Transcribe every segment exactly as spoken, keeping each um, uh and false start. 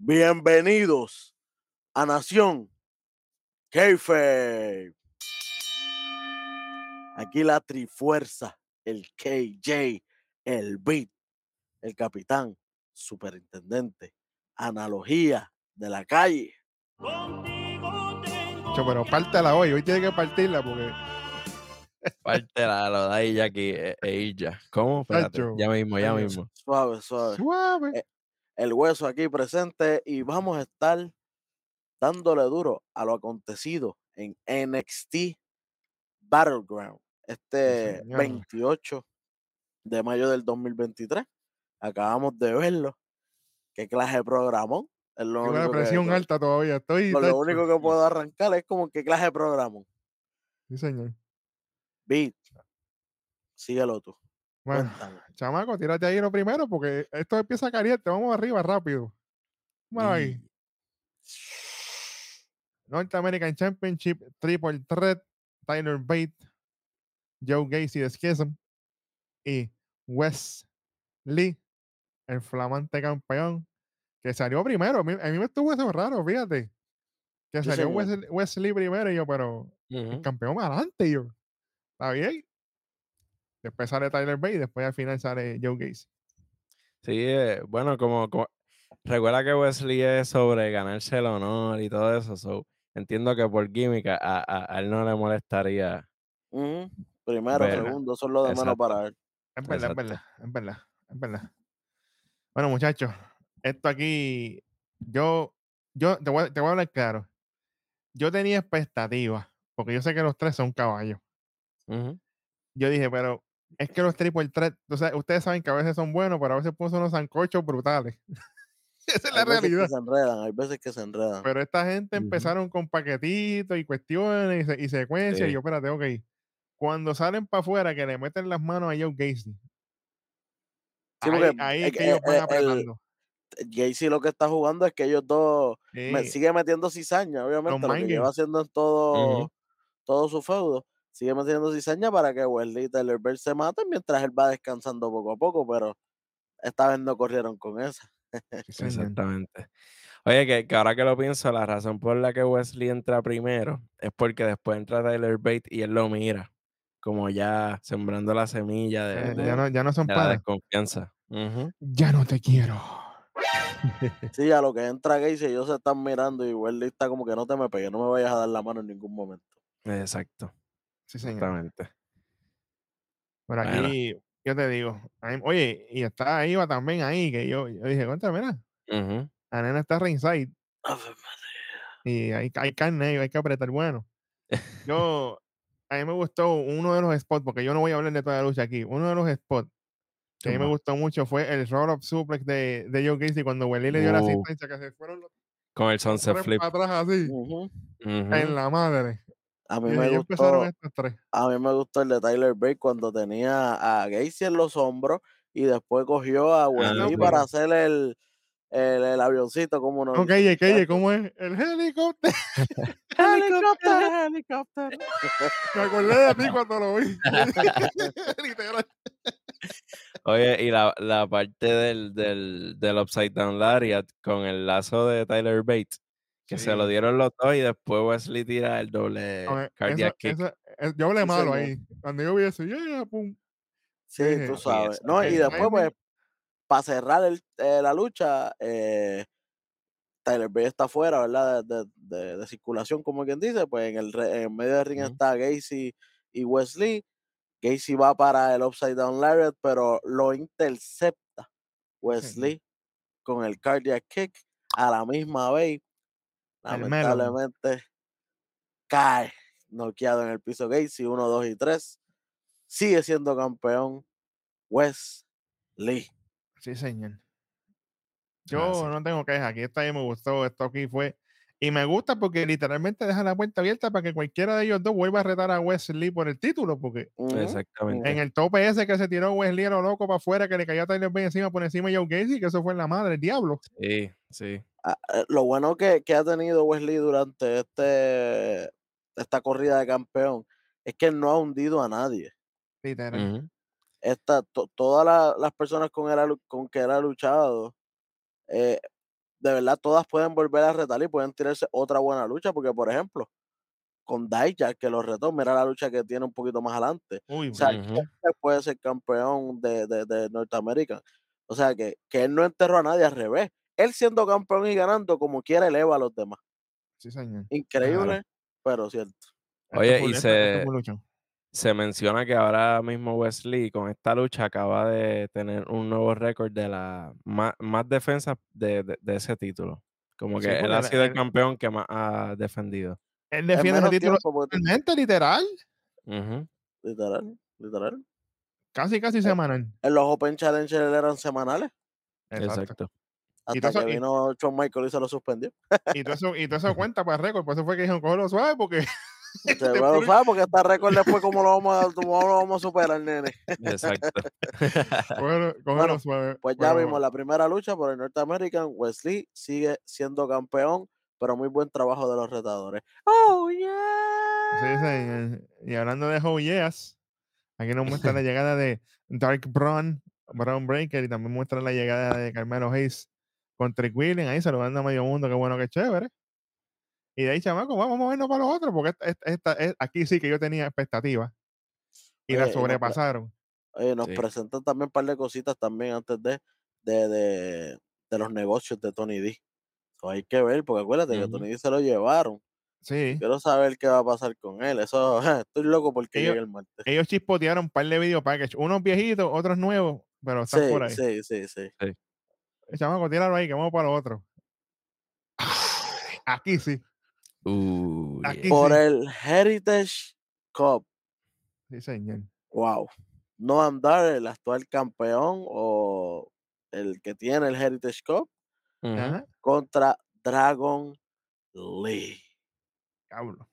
Bienvenidos a Nación Kayfabe. Aquí la trifuerza, el K J, el Beat, el capitán, superintendente, analogía de la calle. Cho, pero pártela hoy, hoy tiene que partirla porque. Pártela, lo da ella aquí e, e ir ya. ¿Cómo? Espérate, Tacho, ya mismo, ya tacho. mismo. Suave, suave. Suave. Eh, el hueso aquí presente y vamos a estar dándole duro a lo acontecido en N X T Battleground este Sí, veintiocho de mayo del dos mil veintitrés. Acabamos de verlo. Qué clase de programón. Es lo tengo la único que presión con, alta todavía. Estoy. con lo Tacho. único que puedo arrancar es como qué clase de programón. Sí, señor. Beat, síguelo tú. Bueno, Cuéntame. chamaco, tírate ahí lo primero porque esto empieza caliente. Vamos arriba rápido. Vamos ahí. Y... North American Championship, Triple Threat, Tyler Bate, Joe Gacy de Schism y Wes Lee, el flamante campeón, que salió primero. A mí, a mí me estuvo eso raro, fíjate. Que Sí, salió señor. Wes, Wes Lee primero y yo, pero el Ujú. campeón más adelante. Y yo, ¿está bien? Después sale Tyler Bate y después al final sale Joe Gacy. Sí, eh, bueno, como, como- recuerda que Wesley es sobre ganarse el honor y todo eso, so, entiendo que por gimmick a, a- a él no le molestaría Ujú. Primero, Es ver. verdad, segundo, son lo de menos Exacto, para él. es verdad, es exacto. verdad, es verdad, es verdad. Bueno, muchachos, esto aquí, yo, yo te voy, a- te voy a hablar claro. Yo tenía expectativas, porque yo sé que los tres son caballos. Ujú. Yo dije, pero es que los triple threat, o sea, ustedes saben que a veces son buenos, pero a veces puso unos zancochos brutales. Esa es Hay la veces que realidad. se enredan, hay veces que se enredan. Pero esta gente Ujú. empezaron con paquetitos y cuestiones y, se- y secuencias. Y Sí, yo, espérate, ok. Cuando salen para afuera, que le meten las manos a Joe Gacy, Sí, porque ahí, ahí eh, es que eh, ellos van eh, el apretando. Jay-Z lo que está jugando es que ellos dos me, Sí, sigue metiendo cizaña, los obviamente, lo que mind lleva games. haciendo en ujú, todo, todo su feudo. Sigue metiendo cizaña para que Wesley y Tyler Bate se maten mientras él va descansando poco a poco, pero esta vez no corrieron con esa. Sí, señor. exactamente. Oye, que, que ahora que lo pienso, la razón por la que Wesley entra primero es porque después entra Tyler Bate y él lo mira, como ya sembrando la semilla de, Eh, ya, de, Ujú. no, ya no son de la panas. desconfianza. Ujú. Ya no te quiero. Sí, a lo que entra Gacy, ellos se están mirando y Wesley está como que no te me pegues, no me vayas a dar la mano en ningún momento. Exacto, Sí, señor. exactamente. Por Bueno, aquí, yo te digo. ahí- Oye, y está Iva también ahí, que yo, yo dije, contra, mira, ujú. la nena está ringside Ave y hay, hay carne y hay que apretar. Bueno, yo, a mí me gustó uno de los spots, porque yo no voy a hablar de toda la lucha aquí. Uno de los spots que a mí me Zumba. gustó mucho fue el roll up suplex de, de Joe Gacy cuando Welly le dio la Uh, asistencia, que se fueron los, con el los sunset tres flip. para atrás así, Ujú. en Ujú. la madre. A mí Yo me dije, ya empezaron gustó, estos tres. a mí me gustó el de Tyler Bate cuando tenía a Gacy en los hombros y después cogió a Ah, no, Wesley para pero. hacer el, el, el avioncito, como uno No, dice, Keye, Keye, muchacho. ¿cómo es? El helicóptero. Helicóptero, Helicóptero. helicóptero. Me acordé de ti cuando lo vi. Literal. Oye, y la, la parte del, del, del Upside Down Lariat con el lazo de Tyler Bates, que se lo Sí. dieron los dos y después Wesley tira el doble Oye, eso, cardiac kick. eso, eh, yo hablé Sí, malo señor. ahí. Cuando yo vi eso, yeah, pum. Yo Sí, tú dije, Papi, sabes. eso No, y el es. después, pues, timing. para cerrar el, eh, la lucha, eh, Tyler Bate está fuera, ¿verdad? De, de- de- de circulación, como quien dice. Pues en el re- en medio del ring Ujú. está Gacy y Wesley. Gacy va para el Upside Down Lariat, pero lo intercepta Sí, señor. Wesley con el cardiac kick a la misma vez. El melon. Lamentablemente cae noqueado en el piso Gacy, uno, dos y tres. Sigue siendo campeón Wesley. Sí, señor. Ah, Yo sí. no tengo quejas. Aquí está y me gustó. Esto aquí fue. Y me gusta porque literalmente deja la puerta abierta para que cualquiera de ellos dos vuelva a retar a Wesley por el título. Porque Ujú, en Exactamente. ujú. el tope ese que se tiró Wesley a lo loco para afuera, que le cayó a Tyler Bate encima por encima de Joe Gacy, que eso fue en la madre, el diablo. Sí, sí. Ah, eh, lo bueno que, que ha tenido Wesley durante este, esta corrida de campeón es que él no ha hundido a nadie. Literal. Ujú. Esta, to- todas la- las personas con, él ha lu- con que él ha luchado, eh, de verdad todas pueden volver a retar y pueden tirarse otra buena lucha, porque por ejemplo, con Dijak, que lo retó, mira la lucha que tiene un poquito más adelante. Uy, O sea, bro. Ujú. él puede ser campeón de, de, de Norteamérica. O sea, que, que él no enterró a nadie, al revés. Él siendo campeón y ganando, como quiera, eleva a los demás. Sí, señor. Increíble, pero cierto. Esto Oye, fue, y esto, esto se, fue lucha. se menciona que ahora mismo Wesley con esta lucha acaba de tener un nuevo récord de la más, más defensas de, de- de ese título. Como Sí, que él porque ha él, sido el él- campeón que más ha defendido. él En defiende ese menos título tiempo, porque, totalmente, literal. Ujú. literal, literal. Casi, casi semanal. En los Open Challenger eran semanales, Exacto. Exacto. Y todo hasta eso, que y, vino Shawn Michaels y se lo suspendió. y todo eso, y todo eso cuenta para récord. Por eso fue que dijeron, cógelo suave, porque Se después bueno, lu- ¿sabes? Porque está récord después, ¿cómo lo vamos a, cómo lo vamos a superar, nene? Exacto. cógelo, cógelo Bueno, suave. pues ya vimos Pero la primera lucha por el North American. Wesley sigue siendo campeón, pero muy buen trabajo de los retadores. ¡Oh, sí, yeah! señor. Y hablando de Oh Yes, aquí nos muestra la llegada de Dark Braun, Braun Breaker, y también muestra la llegada de Carmelo Hayes con Trick Williams, ahí saludando a medio mundo, qué bueno, qué chévere. Y de ahí, chamaco, vamos a movernos para los otros, porque esta, esta- esta- es- aquí sí que yo tenía expectativas y la Oye, y nos, pre- sobrepasaron. oye, nos Sí. presentan también un par de cositas también antes de, de, de, de los negocios de Tony D. So, hay que ver, porque acuérdate que Ujú. Tony D se lo llevaron. Y Sí. quiero saber qué va a pasar con él. Eso, estoy loco porque Ellos, llegue el martes. ellos chispotearon un par de video packages, unos viejitos, otros nuevos, pero están Sí, por ahí. sí, sí, sí. Eh, Chamaco, tíralo ahí, que vamos para los otros. Aquí sí, Uh, yeah. aquí Por sí. el Heritage Cup, Sí, señor. wow. No andar el actual campeón o el que tiene el Heritage Cup Ujú. Ajá, contra Dragon Lee. cabrón.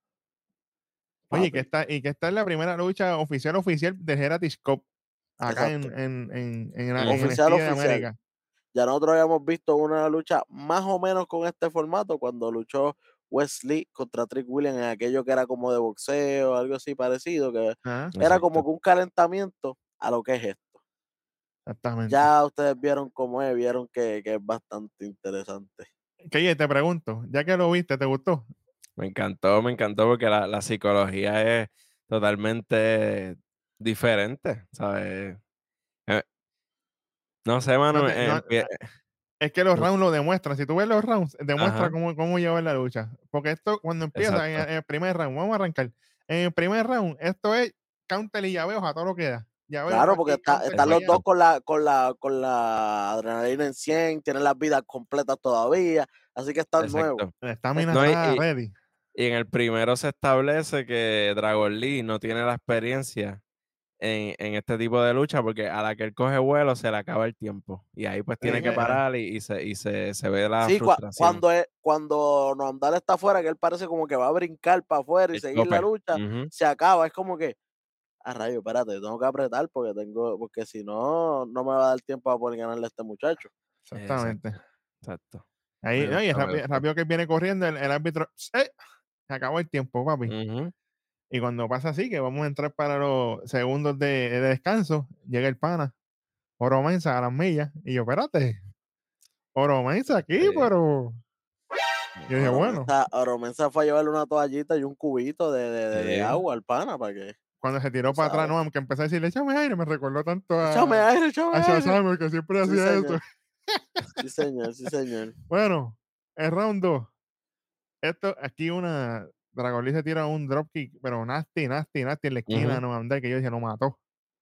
Oye, que Papi, está, y que esta es la primera lucha oficial oficial del Heritage Cup acá en, exacto. en, en, en, la- Ujú. en Oficial, N X T de oficial. América. Ya nosotros habíamos visto una lucha más o menos con este formato cuando luchó Wesley contra Trick Williams en aquello que era como de boxeo, algo así parecido, que Ajá, era como Exacto. que un calentamiento a lo que es esto. exactamente. Ya ustedes vieron cómo es, vieron que, que es bastante interesante. Que oye, te pregunto, ya que lo viste, ¿te gustó? Me encantó, me encantó porque la, la psicología es totalmente diferente, ¿sabes? Eh, no sé, No mano, te, eh, no, empie- es que los no- rounds lo demuestran. Si tú ves los rounds, demuestra ajá, cómo, cómo llevar la lucha. Porque esto, cuando empieza en, exacto. el- en el primer round, vamos a arrancar. En el primer round, esto es counter y llaveos a todo lo que da. Llaveo Claro, para porque aquí, está, counter están para los allá. dos Exacto. con la, con la, con la adrenalina en cien, tienen las vidas completas todavía, así que están nuevos. Exacto. La estamina No, y, está y- ready. y en el primero se establece que Dragon Lee no tiene la experiencia en, en este tipo de lucha porque a la que él coge vuelo se le acaba el tiempo y ahí pues Sí, tiene que eh, parar y, y se, y se, se ve la Sí, cua- frustración. cuando, es, cuando Noamdal está afuera, que él parece como que va a brincar para afuera y El seguir la tope. lucha, Ujú. se acaba. Es como que, a rayo, espérate, tengo que apretar porque tengo, porque si no, no me va a dar tiempo a poder ganarle a este muchacho. exactamente. Exacto. Exacto. Ahí, Me no, y gusta, me rápido, gusta. rápido que viene corriendo, el, el árbitro, ¡eh! Se acabó el tiempo, papi. Ujú. Y cuando pasa así, que vamos a entrar para los segundos de, de descanso, llega el pana, Oro Mensa a las millas. Y yo, espérate, Oro Mensa aquí, Sí, pero. Yo dije, no, bueno, Oromensa, Oromensa fue a llevarle una toallita y un cubito de, de, de- de sí. agua al pana para que, cuando se tiró tú para atrás, sabes. no, aunque empecé a decirle, échame aire, me recordó tanto Échame a, aire, échame a aire. Shazam, que siempre Sí, hacía eso. señor. Sí, señor, sí, señor. Bueno, el round dos. Esto, aquí una. Dragon Lee se tira un dropkick, pero nasty, nasty, nasty en la esquina, Ujú, no andar, que yo dije, no mató.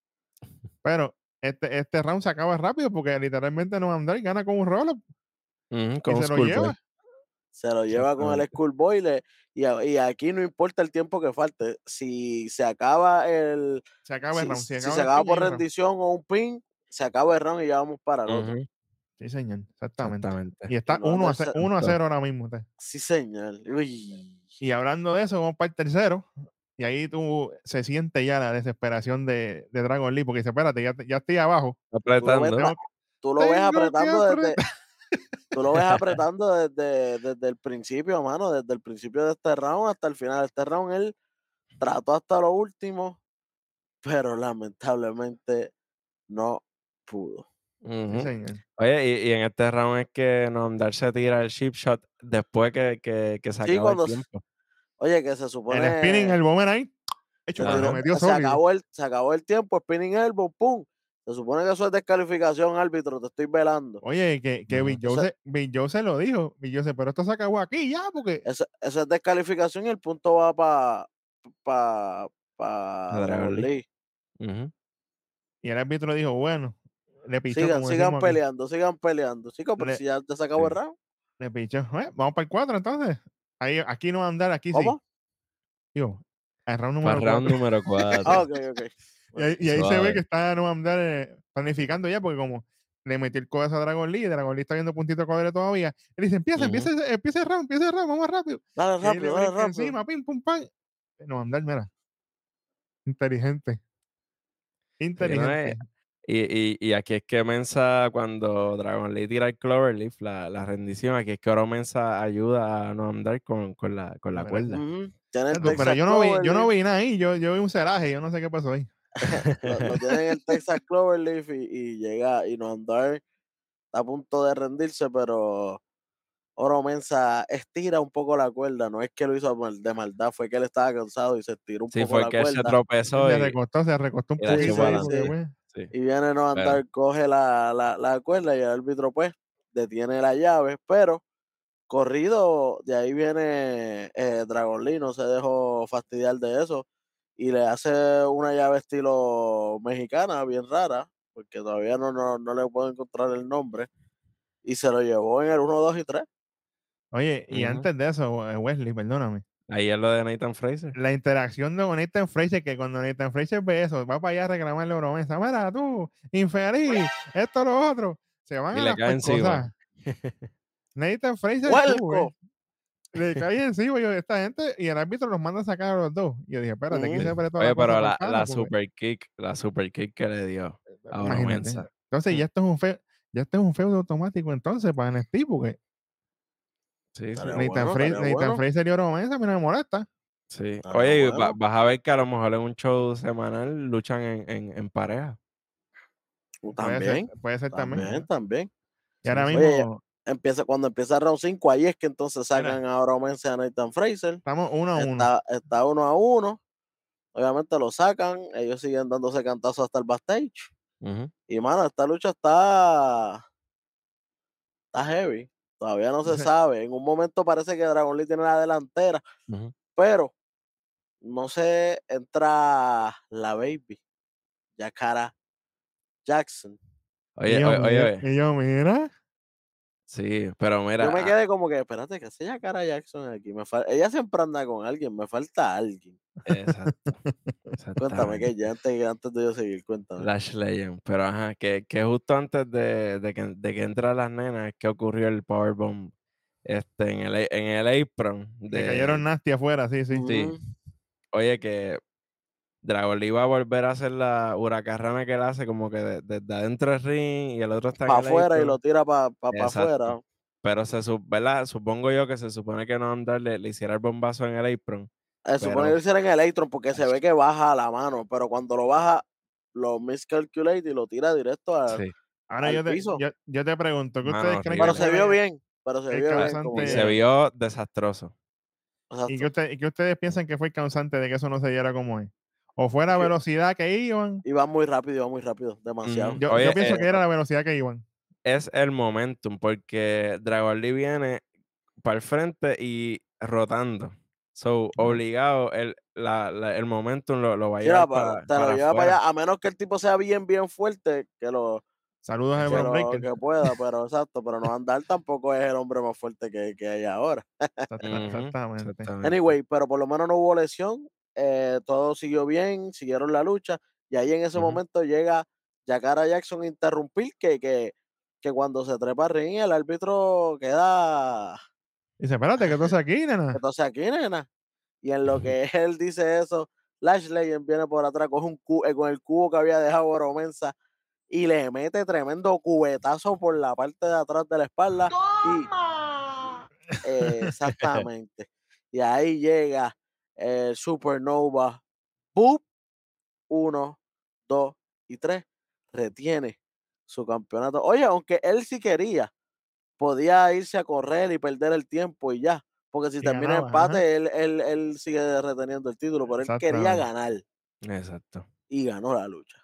Pero este, este round se acaba rápido porque literalmente no andar gana con un roll ujú, y con un se lo schoolboy. lleva. Se lo lleva con el Exactamente. Schoolboy le- y, a- y aquí no importa el tiempo que falte. Si se acaba el, Se acaba el si, round. Si si acaba se el acaba pin, por hay un round. rendición o un pin, se acaba el round y ya vamos para el otro. Ujú, Sí, señor, exactamente. exactamente. Y Y está no uno a andarse, cero, uno a Esto, cero ahora mismo. Usted. sí, señor. Uy. Y hablando de eso, vamos para el tercero. Y ahí tú se siente ya la desesperación de, de Dragon Lee, porque dice, espérate, ya, ya estoy abajo. Tú lo ves, apretando. ta- Tengo, tú lo ves tengo que apretando desde, apretar. tú lo ves apretando desde, desde el principio, mano, desde el principio de este round hasta el final de este round. Él trató hasta lo último, pero lamentablemente no pudo. Sí, Ujú. señor. Oye, y, y en este round es que Noamdar se tira el chip shot después que, que, que se Sí, acaba el cuando, s- tiempo. oye, que se El spinning, supone, el boomerang, hecho, se pero lo tiró, Ajá. metió se sólido. acabó el, se acabó el tiempo, spinning elbow, pum. Se supone que eso es descalificación, árbitro, te estoy velando. Oye, que, que Ujú. Bill Joe Eso, se, Bill Joe se lo dijo. Bill Joe se, pero esto se acabó aquí ya, porque. eso, eso es descalificación y el punto va para pa, pa A Dragon Dragon Lee. Lee. Ujú. Y el árbitro dijo, bueno, le pichó, Sigan, como sigan decimos aquí. peleando, sigan peleando. Chicos, pero Le, si ya te se acabó el Sí. round. le pichó. Eh, vamos para el cuatro entonces. Ahí, aquí no va a andar, aquí sí. ¿Cómo? Digo, el round Para número round cuatro. número Ah, cuatro. ok, ok. Y ahí, Bueno, y ahí se ve que Suave. está no andar eh, planificando ya, porque como le metió el codazo a Dragon Lee, y Dragon Lee está viendo puntito de cuadre todavía. Él dice, empieza, Ujú. empieza, empieza el round, empieza el round, vamos rápido. dale Y ahí le rápido, dale brinca rápido. encima, pim, pum, pam. No andar, mira, inteligente, Sí, ¿no? Eh, inteligente. Y, y, y aquí es que Mensa, cuando Dragon Lee tira el Cloverleaf, la, la rendición, aquí es que ahora Mensa ayuda a Noam Dar con, con la, con la Mira. cuerda. Ujú. Tiene el Ya tú, pero Texas yo no vi, yo no Cloverleaf. vi nada ahí, yo, yo vi un ceraje, yo no sé qué pasó ahí. Lo, lo tiene en el Texas Cloverleaf y, y llega y no andar está a punto de rendirse, pero Oro Mensa estira un poco la cuerda. No es que lo hizo mal- de maldad, fue que él estaba cansado y se estiró un Sí, poco fue la que él se cuerda. tropezó Se y, recostó, se recostó un y la Sí, echó poquito para ahí, sí, porque sí. adelante. pues, Sí, Y viene no pero, andar, coge la, la, la cuerda y el árbitro pues detiene la llave, pero corrido, de ahí viene eh, Dragon Lee, no se dejó fastidiar de eso y le hace una llave estilo mexicana, bien rara, porque todavía no, no, no le puedo encontrar el nombre, y se lo llevó en el uno, dos y tres. oye, y ujú. antes de eso, eh, Wesley, perdóname. Ahí es lo de Nathan Fraser. La interacción de Nathan Fraser, que cuando Nathan Fraser ve eso, va para allá a reclamarle a Oromensa, mira tú, infeliz, esto, lo otro, se van Y a le las cae encima. pescosas. Nathan Fraser ¡Huelco! sube, le cae encima, yo, esta gente, y el árbitro los manda a sacar a los dos. Y yo dije, espérate, aquí Ujú. se Sí. apretó la Oye, cosa pero por el la, carajo, la porque, super kick, la super kick que le dio a imagínate. Oromensa. Entonces, ya esto es un feo, ya esto es un feudo automático entonces para N X T, porque Sí, sí. Estaría Nathan, bueno, Fraser, estaría Nathan bueno, Fraser y Oromensa, a mí no me molesta. Sí. estaría Oye, y va- bueno. vas a ver que a lo mejor en un show semanal luchan en, en, en pareja. Puede ser, También, puede ser también. también, también. Y Sí, ahora sí. Oye, mismo, empieza, cuando empieza round cinco, ahí es que entonces mira, sacan a Oro Mensa y a Nathan Fraser. estamos uno a uno. Está, está uno a uno. Obviamente lo sacan. Ellos siguen dándose cantazos hasta el backstage. Ujú. Y mano, esta lucha está, está heavy. Todavía no se Dice, sabe. En un momento parece que Dragon Lee tiene la delantera. Ujú. Pero no se entra la baby. Yakara Jackson. y Oye, yo, oye, mira, oye, y yo, mira. sí, pero Yo mira, me ah, quedé como que, espérate, ¿qué hace Yakara Jackson aquí? Me fal- Ella siempre anda con alguien, me falta alguien. exacto, Cuéntame que exactamente. ya antes, antes de yo seguir, cuéntame. Lash Legend, pero ajá, que, que justo antes de, de que, de que entran las nenas es que ocurrió el powerbomb este, en el, en el apron Que cayeron de, nasty afuera, sí, sí. sí, Ujú. oye, que Dragon Lee va a volver a hacer la huracarrana que él hace como que de- desde adentro del ring y el otro está Para en el afuera y lo apron, tira para pa, pa exacto, afuera. pero se, sup- ¿verdad? Supongo yo que se supone que no andar le, le hiciera el bombazo en el apron, Eh, supone que pero, lo hiciera en el Electron porque se ach, ve que baja la mano, pero cuando lo baja, lo miscalculate y lo tira directo al, sí, Ahora al yo te, piso. yo, yo te pregunto, ¿qué mano, ustedes creen que Pero horrible. se fue vio la- bien, pero se el vio bien como Y se causante? quiera. vio desastroso. ¿Y qué, Exacto. usted, y qué ustedes piensan que fue el causante de que eso no se diera como es? ¿O fue la Es que velocidad que iban? iba muy rápido, iba muy rápido, demasiado. Ujú. Yo, yo Oye, pienso eh, que era la velocidad que iban. es el momentum, porque Dragon Lee viene para el frente y rotando. So, ¿No? obligado, el, la, la- el momentum lo, lo va a Sí, no, llevar pa- para, te lo para lleva para afuera. allá, a menos que el tipo sea bien, bien fuerte, que lo, Saludos al que Bron Exacto. lo Breaker. que pueda, pero exacto, pero no andar tampoco es el hombre más fuerte que, que hay ahora. Exacta- Ujú, Exactamente. exactamente. Anyway, pero por lo menos no hubo lesión, eh, todo siguió bien, siguieron la lucha, y ahí en ese Ujú. momento llega Yakara Jackson a interrumpir que, que, que cuando se trepa al ring, el árbitro queda, Dice, espérate, que tú haces aquí, nena. entonces aquí, nena, y en lo que él dice eso, Lashley viene por atrás, coge un cu- eh, con el cubo que había dejado Oro Mensa y le mete tremendo cubetazo por la parte de atrás de la espalda y ¡Toma! eh, exactamente. Y ahí llega el Supernova. ¡Boop! Uno, dos y tres. Retiene su campeonato. Oye, aunque él sí quería, podía irse a correr y perder el tiempo y ya. Porque si Y termina ganaba, ajá. empate, él, él, él sigue reteniendo el título, pero él quería Exactamente. ganar Exacto. y ganó la lucha.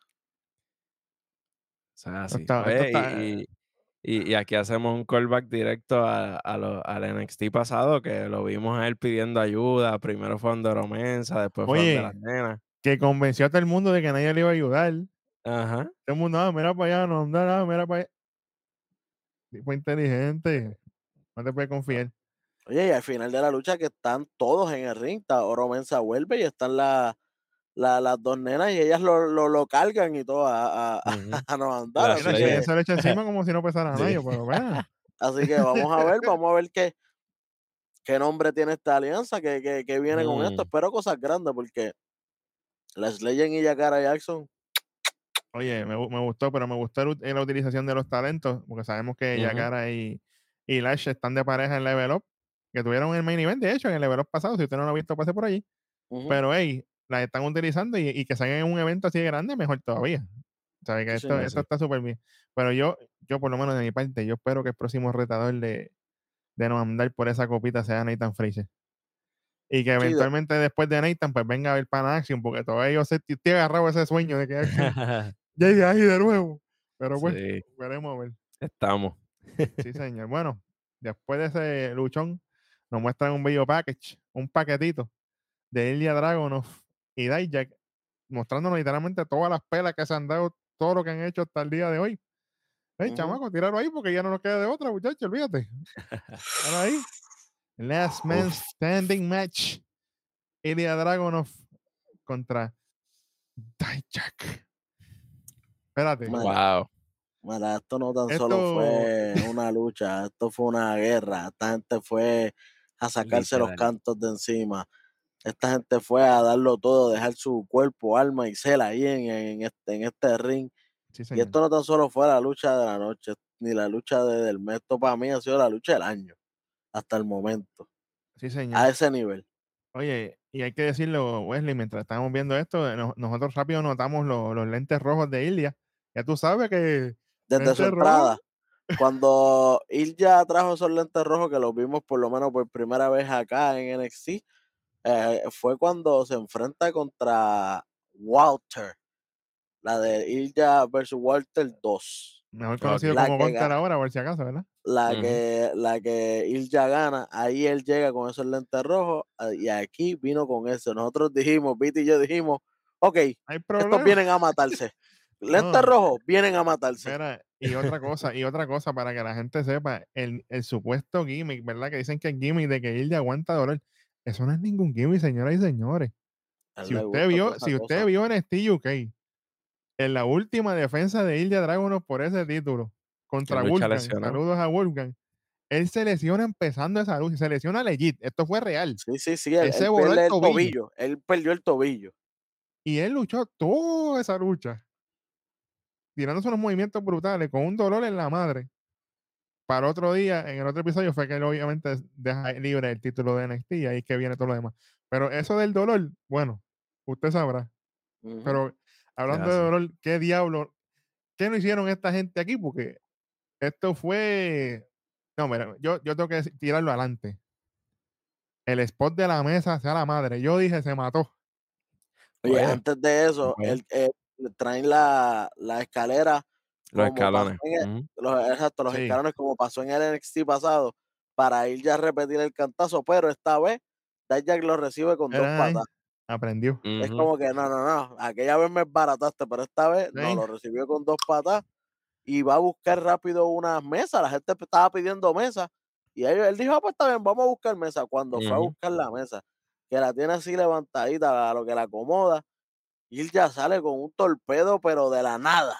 O sea, Esto así. está, esto Oye, está, y, y, y, y aquí hacemos un callback directo a, a lo- al N X T pasado, que lo vimos a él pidiendo ayuda. Primero fue donde Romensa, después fue donde las oye, nenas. que convenció a todo el mundo de que nadie le iba a ayudar. Ajá. Todo el mundo, ah, mira para allá, no, no, no, mira para allá. Tipo inteligente, no te puedes confiar. Oye, y al final de la lucha que están todos en el ring, está Oro Mensah vuelve y están la- la- las dos nenas y ellas lo, lo, lo cargan y todo a, a, Ujú. a no andar. Las Mira, Así es que ella que, leyes. se le echa encima como si no pesara nada, Sí. yo, pero vea. así que vamos a ver, vamos a ver qué, qué nombre tiene esta alianza, que, que, que viene con esto. Mm, Espero cosas grandes porque las Legend y Yakara Jackson. Oye, me, gu- me gustó, pero me gustó el ut- la utilización de los talentos, porque sabemos que ujú. Yakara y, y Lash están de pareja en Level Up, que tuvieron el main event, de hecho, en el Level Up pasado, si usted no lo ha visto, pase por allí. Ujú, Pero, hey, las están utilizando y, y que salgan en un evento así de grande, mejor todavía. ¿Sabes? Que sí, esto, señor. esto Sí. está súper bien. Pero yo, yo, por lo menos de mi parte, yo espero que el próximo retador de, de no andar por esa copita sea Nathan Fraser. Y que Sí, de- eventualmente después de Nathan, pues venga a ver Pan Action, porque todavía yo sé, estoy agarrado a ese sueño de que Action llegue ahí de nuevo. Pero pues, Sí, veremos a ver. estamos. Sí, señor. Bueno, después de ese luchón, nos muestran un video package, un paquetito de Ilya Dragunov y Dijak, mostrándonos literalmente todas las pelas que se han dado, todo lo que han hecho hasta el día de hoy. Hey, ujú. chamaco, tíralo ahí porque ya no nos queda de otra, muchachos, olvídate. Tíralo ahí. Last Man Uf, Standing Match. Ilya Dragunov contra Dijak. Espérate. Mira, wow. mira, esto no tan solo Esto, fue una lucha, esto fue una guerra. Esta gente fue a sacarse los Literal. cantos de encima. Esta gente fue a darlo todo, dejar su cuerpo, alma y ser ahí en, en este, en este ring. sí, Y señor. esto no tan solo fue la lucha de la noche, ni la lucha de- del mes. Esto para mí ha sido la lucha del año, hasta el momento, Sí, señor. a ese nivel. Oye, y hay que decirlo, Wesley, mientras estábamos viendo esto, eh, nos- nosotros rápido notamos lo- los lentes rojos de Ilya. Ya tú sabes que Desde su lentes rojos. entrada, cuando Ilja trajo esos lentes rojos, que los vimos por lo menos por primera vez acá en N X T, eh, fue cuando se enfrenta contra Walter, la de Ilja versus Walter dos. Mejor Ok. conocido La como que, Gunter ga- ahora, por si acaso, ¿verdad? la Ujú. que, la que Ilja gana, ahí él llega con esos lentes rojos ah, y aquí vino con eso. Nosotros dijimos, Viti y yo dijimos, ok, Hay estos problema. vienen a matarse. Lentes No, rojos vienen a matarse. mira, y otra cosa, y otra cosa para que la gente sepa, el, el supuesto gimmick, ¿verdad? Que dicen que es gimmick de que Ilya aguanta dolor. Eso no es ningún gimmick, señoras y señores. A él Si le usted gusta toda vio, esa si usted cosa. vio en N X T U K, en la última defensa de Ilya Dragunov por ese título, Que contra lucha Wolfgang, lesionado. saludos a Wolfgang, él se lesiona empezando esa lucha, se lesiona legit, esto fue real. Sí, sí, sí, él, Él se él voló el pierde el tobillo tobillo, él perdió el tobillo. y él luchó toda esa lucha, tirándose unos movimientos brutales, con un dolor en la madre. Para otro día, en el otro episodio, fue que él obviamente deja libre el título de N X T y ahí es que viene todo lo demás. Pero eso del dolor, bueno, usted sabrá. Ujú. Pero Se hablando de hace. dolor, ¿qué diablo? ¿Qué no hicieron esta gente aquí? Porque esto fue. No, mira, yo, yo tengo que decir- tirarlo adelante. El spot de la mesa, sea la madre. Yo dije, se mató. Oye, Oye, antes de eso, bueno, él, eh, le traen la, la escalera los como pasó escalones. en el, Ujú. los, exacto, los Sí. escalones como pasó en el N X T pasado, para ir ya a repetir el cantazo, pero esta vez Dijak lo recibe con dos Era ahí. patas. Aprendió. Es Ujú. como que no, no, no, aquella vez me barataste, pero esta vez no, Sí. lo recibió con dos patas y va a buscar rápido unas mesas. La gente estaba pidiendo mesas y él, él dijo, ah, pues está bien, vamos a buscar mesa. Cuando fue a Ujú. buscar la mesa, que la tiene así levantadita, a lo que la acomoda, y él ya sale con un torpedo, pero de la nada.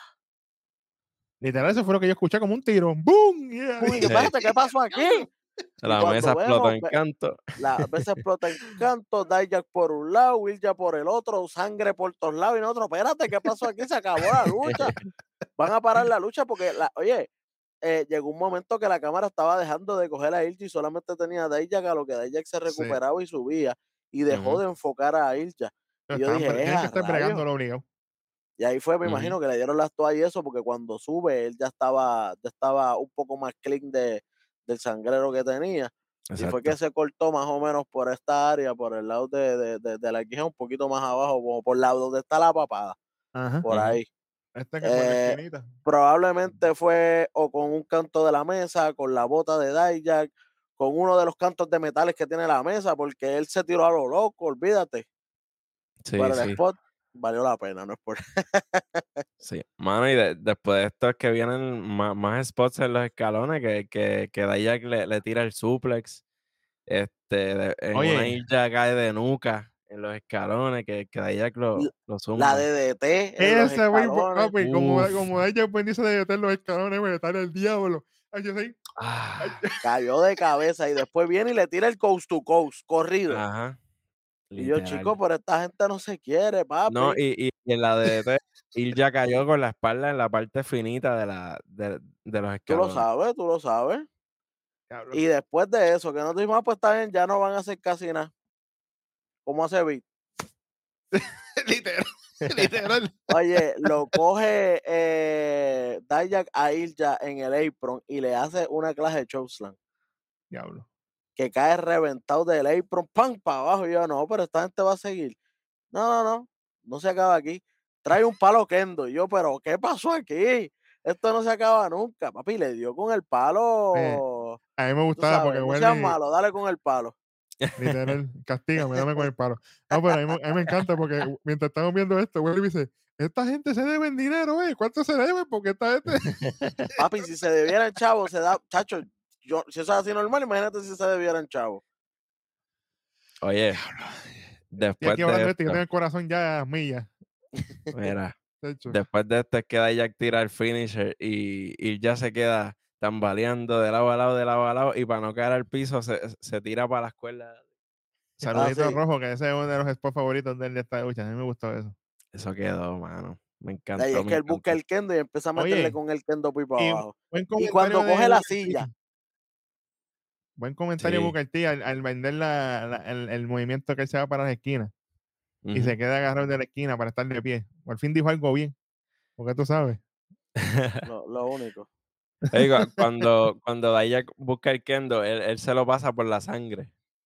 Literal, eso fue lo que yo escuché como un tiro. ¡Boom! Yeah. Uy, Sí. espérate, ¿qué pasó aquí? Y La mesa cuando explotó vemos, en ve- canto. la veces explota en canto, Dijak por un lado, Will ya por el otro, sangre por todos lados y nosotros, espérate, ¿qué pasó aquí? Se acabó la lucha. Van a parar la lucha porque, la, oye, eh, llegó un momento que la cámara estaba dejando de coger a Ilja y solamente tenía a Dijak, a lo que Dijak se Sí. recuperaba y subía y dejó Ujú. de enfocar a Ilja. Y yo Estaban, bre- dije, es tienen que a estar rayos. bregando lo obligado. Y ahí fue, me Ujú. imagino que le dieron las toallas y eso, porque cuando sube, él ya estaba, ya estaba un poco más clean de, del sangrero que tenía. Y fue que Exacto. se cortó más o menos por esta área, por el lado de, de, de, de la quija, un poquito más abajo, como por el lado donde está la papada, Ajá. por Ujú. ahí. Este que por la Eh, esquinita. probablemente fue o con un canto de la mesa, con la bota de Dijak, con uno de los cantos de metales que tiene la mesa, porque él se tiró a lo loco, olvídate. Sí, Pero el sí, spot valió la pena, no es por sí. Mano, y de- después de esto es que vienen más, más spots en los escalones que, que, que Dijak le, le tira el suplex. Este, de- en una Oye, isla cae de nuca en los escalones que, que Dijak L- lo, lo la zumba. D D T en los ese mismo, escalones. papi, como, Uf. como ella pues dice de meter los escalones, güey, estar el diablo. Ay, yo sé, ay, Ah, Cayó de cabeza y después viene y le tira el coast to coast, corrido. ajá, Y yo, literal. chico, pero esta gente no se quiere, No, papi. y, y, y en la D D T, Ilja cayó con la espalda en la parte finita de, la, de, de los Tú lo escalones. sabes, tú lo sabes. diablo. Y después de eso, que no dijimos, ah, pues está bien, ya no van a hacer casi nada. ¿Cómo hace Vic? Literal, literal. Oye, lo coge eh, Dijak a Ilja en el apron y le hace una clase de chokeslam. Diablo. Que cae reventado del apron, ¡pam! Para abajo. Y yo, no, pero esta gente va a seguir. No, no, no, no se acaba aquí. Trae un palo kendo. Y yo, pero ¿qué pasó aquí? Esto no se acaba nunca. Papi, le dio con el Oye, palo. a mí me Tú gustaba porque sabes, no seas Wesley, malo, dale con el palo. literal, castígame, dame con el palo. No, pero a mí, me- a mí me encanta porque mientras estamos viendo esto, Wesley dice, esta gente se deben dinero, eh. ¿Cuánto se deben? Porque esta gente... Papi, si se debieran chavos, se da, chacho, yo, si eso es así normal, imagínate si se debieran chavos. Oye, Estoy después aquí de hablando de esto y yo esto, tengo el corazón ya a millas. mira, De hecho, después de esto es que Dijak tira el finisher y, y ya se queda tambaleando de lado a lado, de lado a lado, y para no caer al piso se, se tira para las cuerdas. Ah, saludito sí. rojo, que ese es uno de los spots favoritos de él de esta lucha. A mí me gustó eso. Eso quedó, mano. Me Ahí encantó, es me que él busca encantó. el kendo y empieza a meterle Oye, con el kendo por y abajo. buen Y comentario cuando de coge la Booker T. silla, Buen comentario de Sí. Booker T al, al vender la, la- el, el movimiento que él se va para las esquinas y Ujú. se queda agarrado de la esquina para estar de pie. Por fin dijo algo bien, porque tú sabes. lo, lo único. Oiga, cuando, cuando Dijak busca el kendo, él, él se lo pasa por la sangre.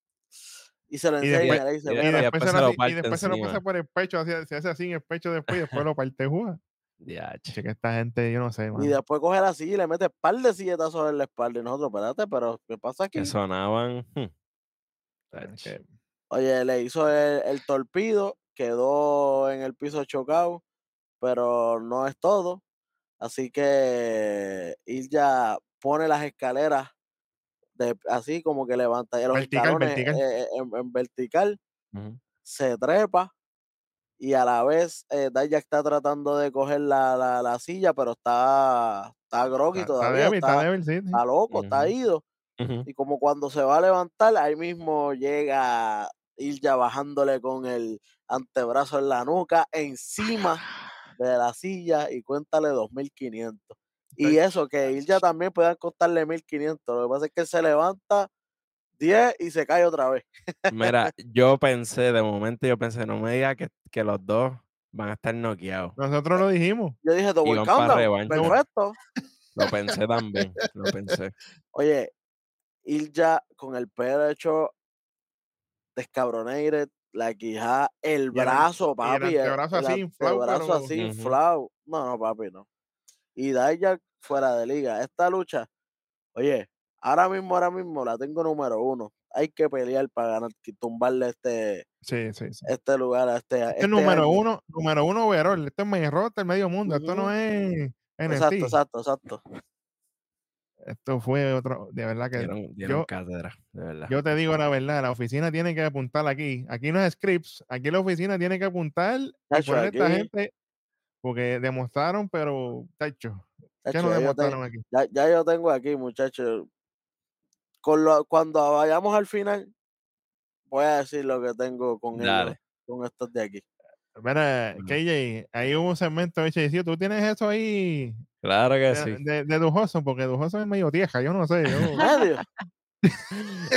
Y se lo Y Y, después, enseña, le dice, y- y y mira, después, después se, lo se lo hace- y parte después se lo pasa encima. por el pecho, así, se hace así en el pecho después y después lo parte juega. Diache. Che, que esta gente, yo no sé, y mano. después coge la silla y le mete par de silletazos en la espalda. Y nosotros, espérate, pero ¿qué pasa Que aquí? sonaban. hmm, Ah, tach. que- Oye, le hizo el, el torpido, quedó en el piso chocado, pero no es todo. Así que Ilja pone las escaleras de, así como que levanta los Vertical, escalones vertical. eh, en, en vertical, Ujú. se trepa y a la vez eh, Dijak está tratando de coger la, la, la silla, pero está, está groggy Está, está todavía, débil, está está, débil, sí, sí. está loco, está Ujú. ido. Ujú. Y como cuando se va a levantar, ahí mismo llega Ilja bajándole con el antebrazo en la nuca, encima de la silla y cuéntale dos mil quinientos. Y eso, que Ilja también puede costarle mil quinientos. Lo que pasa es que él se levanta diez y se cae otra vez. Mira, yo pensé, de momento yo pensé, no me diga que, que los dos van a estar noqueados Nosotros lo dijimos. Yo dije, y double van para countdown, revancha. perfecto. Lo pensé también, lo pensé. Oye, Ilja con el pecho descabronated, la quijada, el Y el, an- brazo, y el papi, el, antebrazo el así inflado, antebrazo pero así Ujú. inflado. No, no, papi, no. Y Dijak fuera de liga. Esta lucha, oye, ahora mismo, ahora mismo la tengo número uno. Hay que pelear para ganar, que tumbarle este, sí, sí, sí. este lugar a este, Este es este número año. uno, número uno overall. Esto es main roster, medio mundo. Esto no Ujú. es Exacto, N X T. exacto, exacto. Esto fue otro, de verdad que Dieron, dieron yo, cátedra, de verdad. yo te digo la verdad, la oficina tiene que apuntar aquí. Aquí no es scripts, aquí la oficina tiene que apuntar y Tacho, poner a esta aquí, gente porque demostraron, pero tacho, ¿qué tacho, no ya yo, te- demostraron aquí? ya, ya yo tengo aquí, muchachos. Con lo, cuando vayamos al final, voy a decir lo que tengo con ellos, Dale. con estos de aquí. Mira, Ujú. K J, ahí hubo un segmento de H D C, tú tienes eso ahí Claro que de, sí. de, de Dujoso, porque Dujoso es medio tieja, yo no sé, yo, Medio.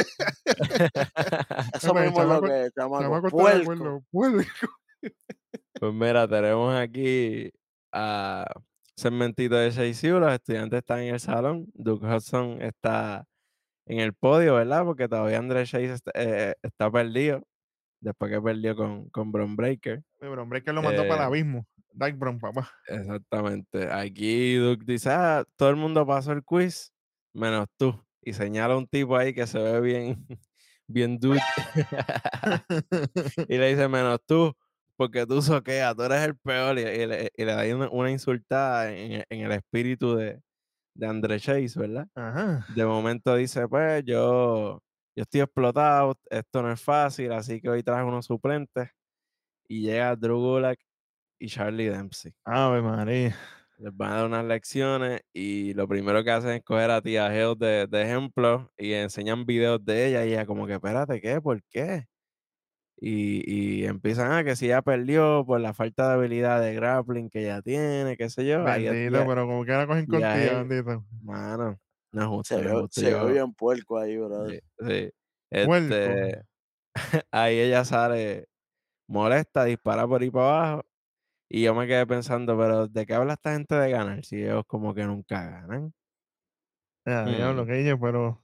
no, Eso pues el mismo es lo chamaco, que, chamaco. chamaco está de Puerco. acuerdo, puerco. Pues mira, tenemos aquí a segmentito de Chase U, los estudiantes están en el salón, Duke Hudson está en el podio, ¿verdad? Porque todavía André Chase está, eh, está perdido, después que perdió con, con Bron Breaker. Pero hombre, que lo mandó para Eh, el abismo. Dyke Brown, papá. exactamente. Aquí Duke dice, ah, todo el mundo pasó el quiz, menos tú. Y señala un tipo ahí que se ve bien, bien dude. Y le dice, menos tú, porque tú soqueas, tú eres el peor. Y, y le, y le da una, una insultada en, en el espíritu de, de André Chase, ¿verdad? Ajá. De momento dice, pues yo, yo estoy explotado, esto no es fácil, así que hoy traje unos suplentes. Y llega Drew Gulak y Charlie Dempsey. Ave María. Les van a dar unas lecciones y lo primero que hacen es coger a Tia Hills de, de ejemplo y enseñan videos de ella y ella como que, espérate, ¿qué? ¿Por qué? Y, y empiezan a que si ella perdió por la falta de habilidad de grappling que ella tiene, qué sé yo, ahí a Bendito, Tia, pero como que ahora cogen Tia contigo, Hills, bendito. mano, no es Se justo, no es ve, justo. se ve Yo, bien puerco ahí, brother. sí, sí. Puerco. Este, ahí ella sale molesta, dispara por ahí para abajo. Y yo me quedé pensando, pero ¿de qué habla esta gente de ganar? Si ellos como que nunca ganan. Ya, diablo, Hmm, que ella, pero.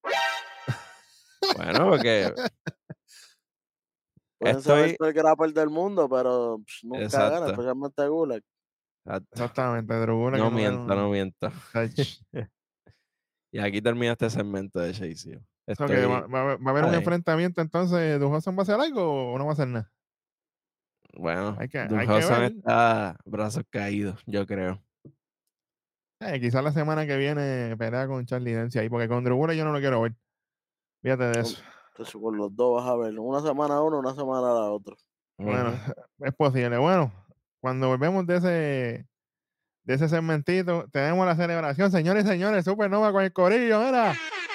Bueno, porque Pueden ser el estoy. peor grapper del mundo, pero psh, nunca gana, Exacto, especialmente Gulak. exacto. Exactamente, Drogura que No no gana miento, no un miento. touch. Y aquí termina este segmento de Chase. So que va, Estoy. va, va a haber un Ay, enfrentamiento entonces. ¿Duke Hudson va a hacer algo o no va a hacer nada? bueno, Hay que, hay Duke que Hudson ver. está brazos caídos, yo creo. Eh, quizás la semana que viene pelea con Charlie Dempsey ahí, porque con Drogura yo no lo quiero ver. Fíjate de eso. Entonces, con los dos vas a ver, una semana uno, una semana la otra. Bueno, Ujú. es posible. Bueno, cuando volvemos de ese, de ese segmentito, tenemos la celebración, señores y señores, Supernova con el corillo, mira.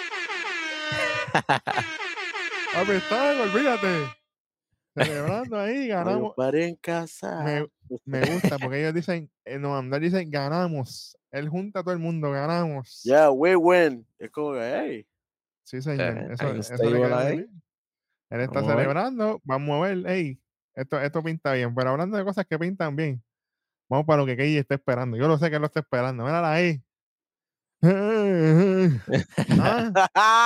Papi, está, olvídate. Celebrando ahí, Hay un ganamos. party en casa. Me, me gusta porque ellos dicen, en Novandar dicen, ganamos. Él junta a todo el mundo, ganamos. Yeah, we win. Es como que, hey, Sí, señor. Eh, Eso, hay un eso le stable queda muy ahí. bien. Él está Vamos a ver. celebrando, vamos a ver, hey, esto, esto pinta bien. Pero hablando de cosas que pintan bien, vamos para lo que Keiji está esperando. Yo lo sé que él lo está esperando. Mírala ahí. Ah,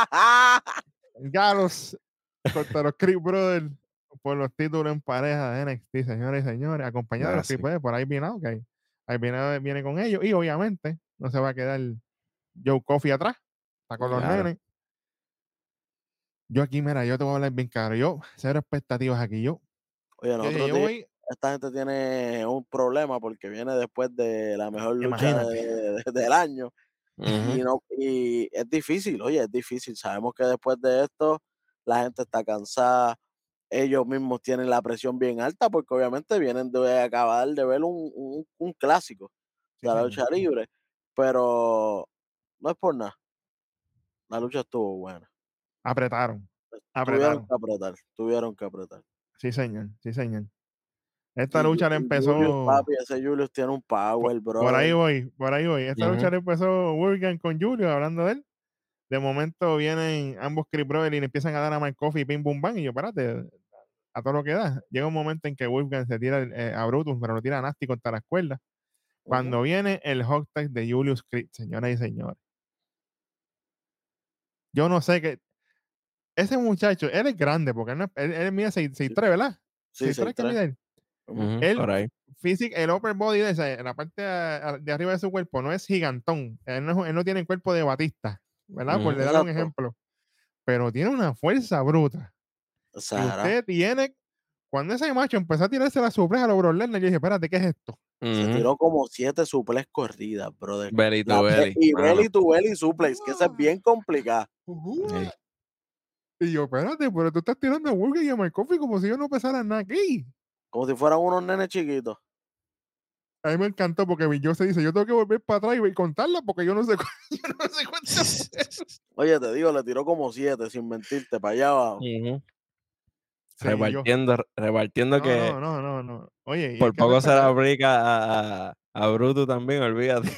Galos contra los Creed Brothers por los títulos en pareja de N X T, señores y señores, acompañados de Ah, los sí. Creed por ahí viene, ok. Ahí viene, viene con ellos y obviamente no se va a quedar Joe Coffey atrás, está con los Claro. nenes. Yo aquí, mira, yo te voy a hablar bien claro. Yo, cero expectativas aquí. Yo, Oye, yo dije, nosotros yo dijimos, voy, esta gente tiene un problema porque viene después de la mejor lucha imagínate. de- de- del año y Ujú. no y es difícil, oye, es difícil. Sabemos que después de esto la gente está cansada, ellos mismos tienen la presión bien alta porque obviamente vienen de acabar de ver un, un- un clásico Sí, de la señor. lucha libre, pero no es por nada, la lucha estuvo buena. Apretaron, Tuvieron apretaron. que apretar, tuvieron que apretar. Sí, señor, sí, señor. Esta Y, Ju- lucha le y Julius, empezó, papi, ese Julius tiene un por, power, por ahí brother. voy, por ahí voy. Esta lucha Ujú. le empezó Wurgan con Julio, hablando de él. De momento vienen ambos Creed Brothers y le empiezan a dar a Mike Coffey y pim bum bang. Y yo, espérate, a todo lo que da. Llega un momento en que Wolfgang se tira eh, a Brutus, pero lo tira a Nasty contra la cuerda. Ujú. Cuando viene el hot tag de Julius Creed, señoras y señores. Yo no sé qué. Ese muchacho, él es grande, porque él, no es- él, él mide seis Sí, tres, ¿verdad? sí, seis tres seis que tres. mide él. Ujú. Ujú, Él, por ahí. físico, el upper body de esa, en la parte de, de arriba de su cuerpo no es gigantón. Él no, él no tiene el cuerpo de Batista, ¿verdad? Por Ujú. le darle un Exacto. ejemplo. Pero tiene una fuerza bruta. Y Sahara usted tiene. Cuando ese macho empezó a tirarse la sorpresa a los Brock Lesnar, yo dije, espérate, ¿qué es esto? se Ujú. tiró como siete suplex corridas, brother. Belly La to be- belly, y mano. belly to belly suplex, que esa es bien complicada. Ey, Y yo, espérate, pero tú estás tirando a Burger y a Mike Coffey como si yo no pesara nada aquí. Como si fueran unos nenes chiquitos. A mí me encantó porque Bill se dice, yo tengo que volver para atrás y contarla porque yo no sé, cu- yo no sé cuántas fueron. Oye, te digo, le tiró como siete, sin mentirte, para allá abajo. Ujú. Sí, y yo, Repartiendo, repartiendo no, que no, no, no, no. Oye, y es por que poco se la respetar. aplica a, a, A Bruto también, olvídate.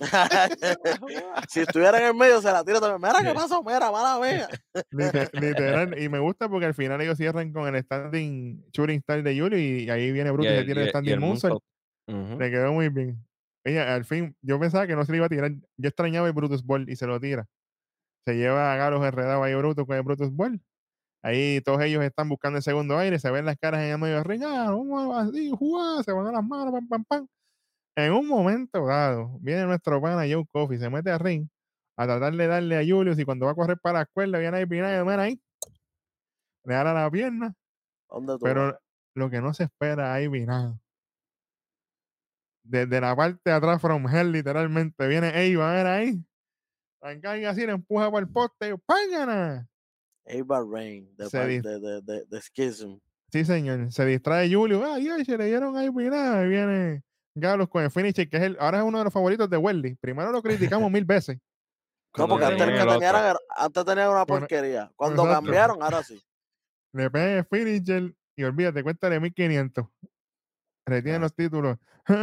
Si estuviera en el medio, se la tira también. Mira, ¿qué pasó? Mira, mala mía. Liter- literal, y me gusta porque al final ellos cierran con el standing shooting star de Julio y ahí viene Y Bruto y se el, tira y el el, y standing el moonsault. moonsault. Ujú. Le quedó muy bien. Oye, al fin, yo pensaba que no se le iba a tirar. Yo extrañaba el Brutus Ball y se lo tira. Se lleva a Galos enredado ahí Brutus con el Brutus Ball. Ahí todos ellos están buscando el segundo aire, se ven las caras en el medio del ring, ah, vamos así, jugar, se van a las manos, pam, pam, pam. En un momento dado, viene nuestro pana Joe Coffey, se mete al ring a tratar de darle a Julius y cuando va a correr para la escuela, viene ahí Pinay, mira ahí, le da la pierna, ¿Dónde tú vas? pero lo que no se espera ahí Pinay. Desde la parte de atrás, from hell, literalmente, viene Eva, mira ahí, la encarga así, le empuja para el poste, ¡págana! Ava Rain, de, Se par- di- de, de, de, de Schism. Sí, señor. Se distrae Julio. Ay, ay, se le dieron ahí, mira. Ahí viene Galos con el finisher, que es el, ahora es uno de los favoritos de Welly. Primero lo criticamos mil veces. No, Cuando porque Después le antes el tenían que el mete, tenían otro. era, antes tenían una bueno, porquería. Cuando exacto. cambiaron, ahora sí. Le pega el finisher y olvídate, cuéntale mil quinientos. Retiene Ah, los títulos.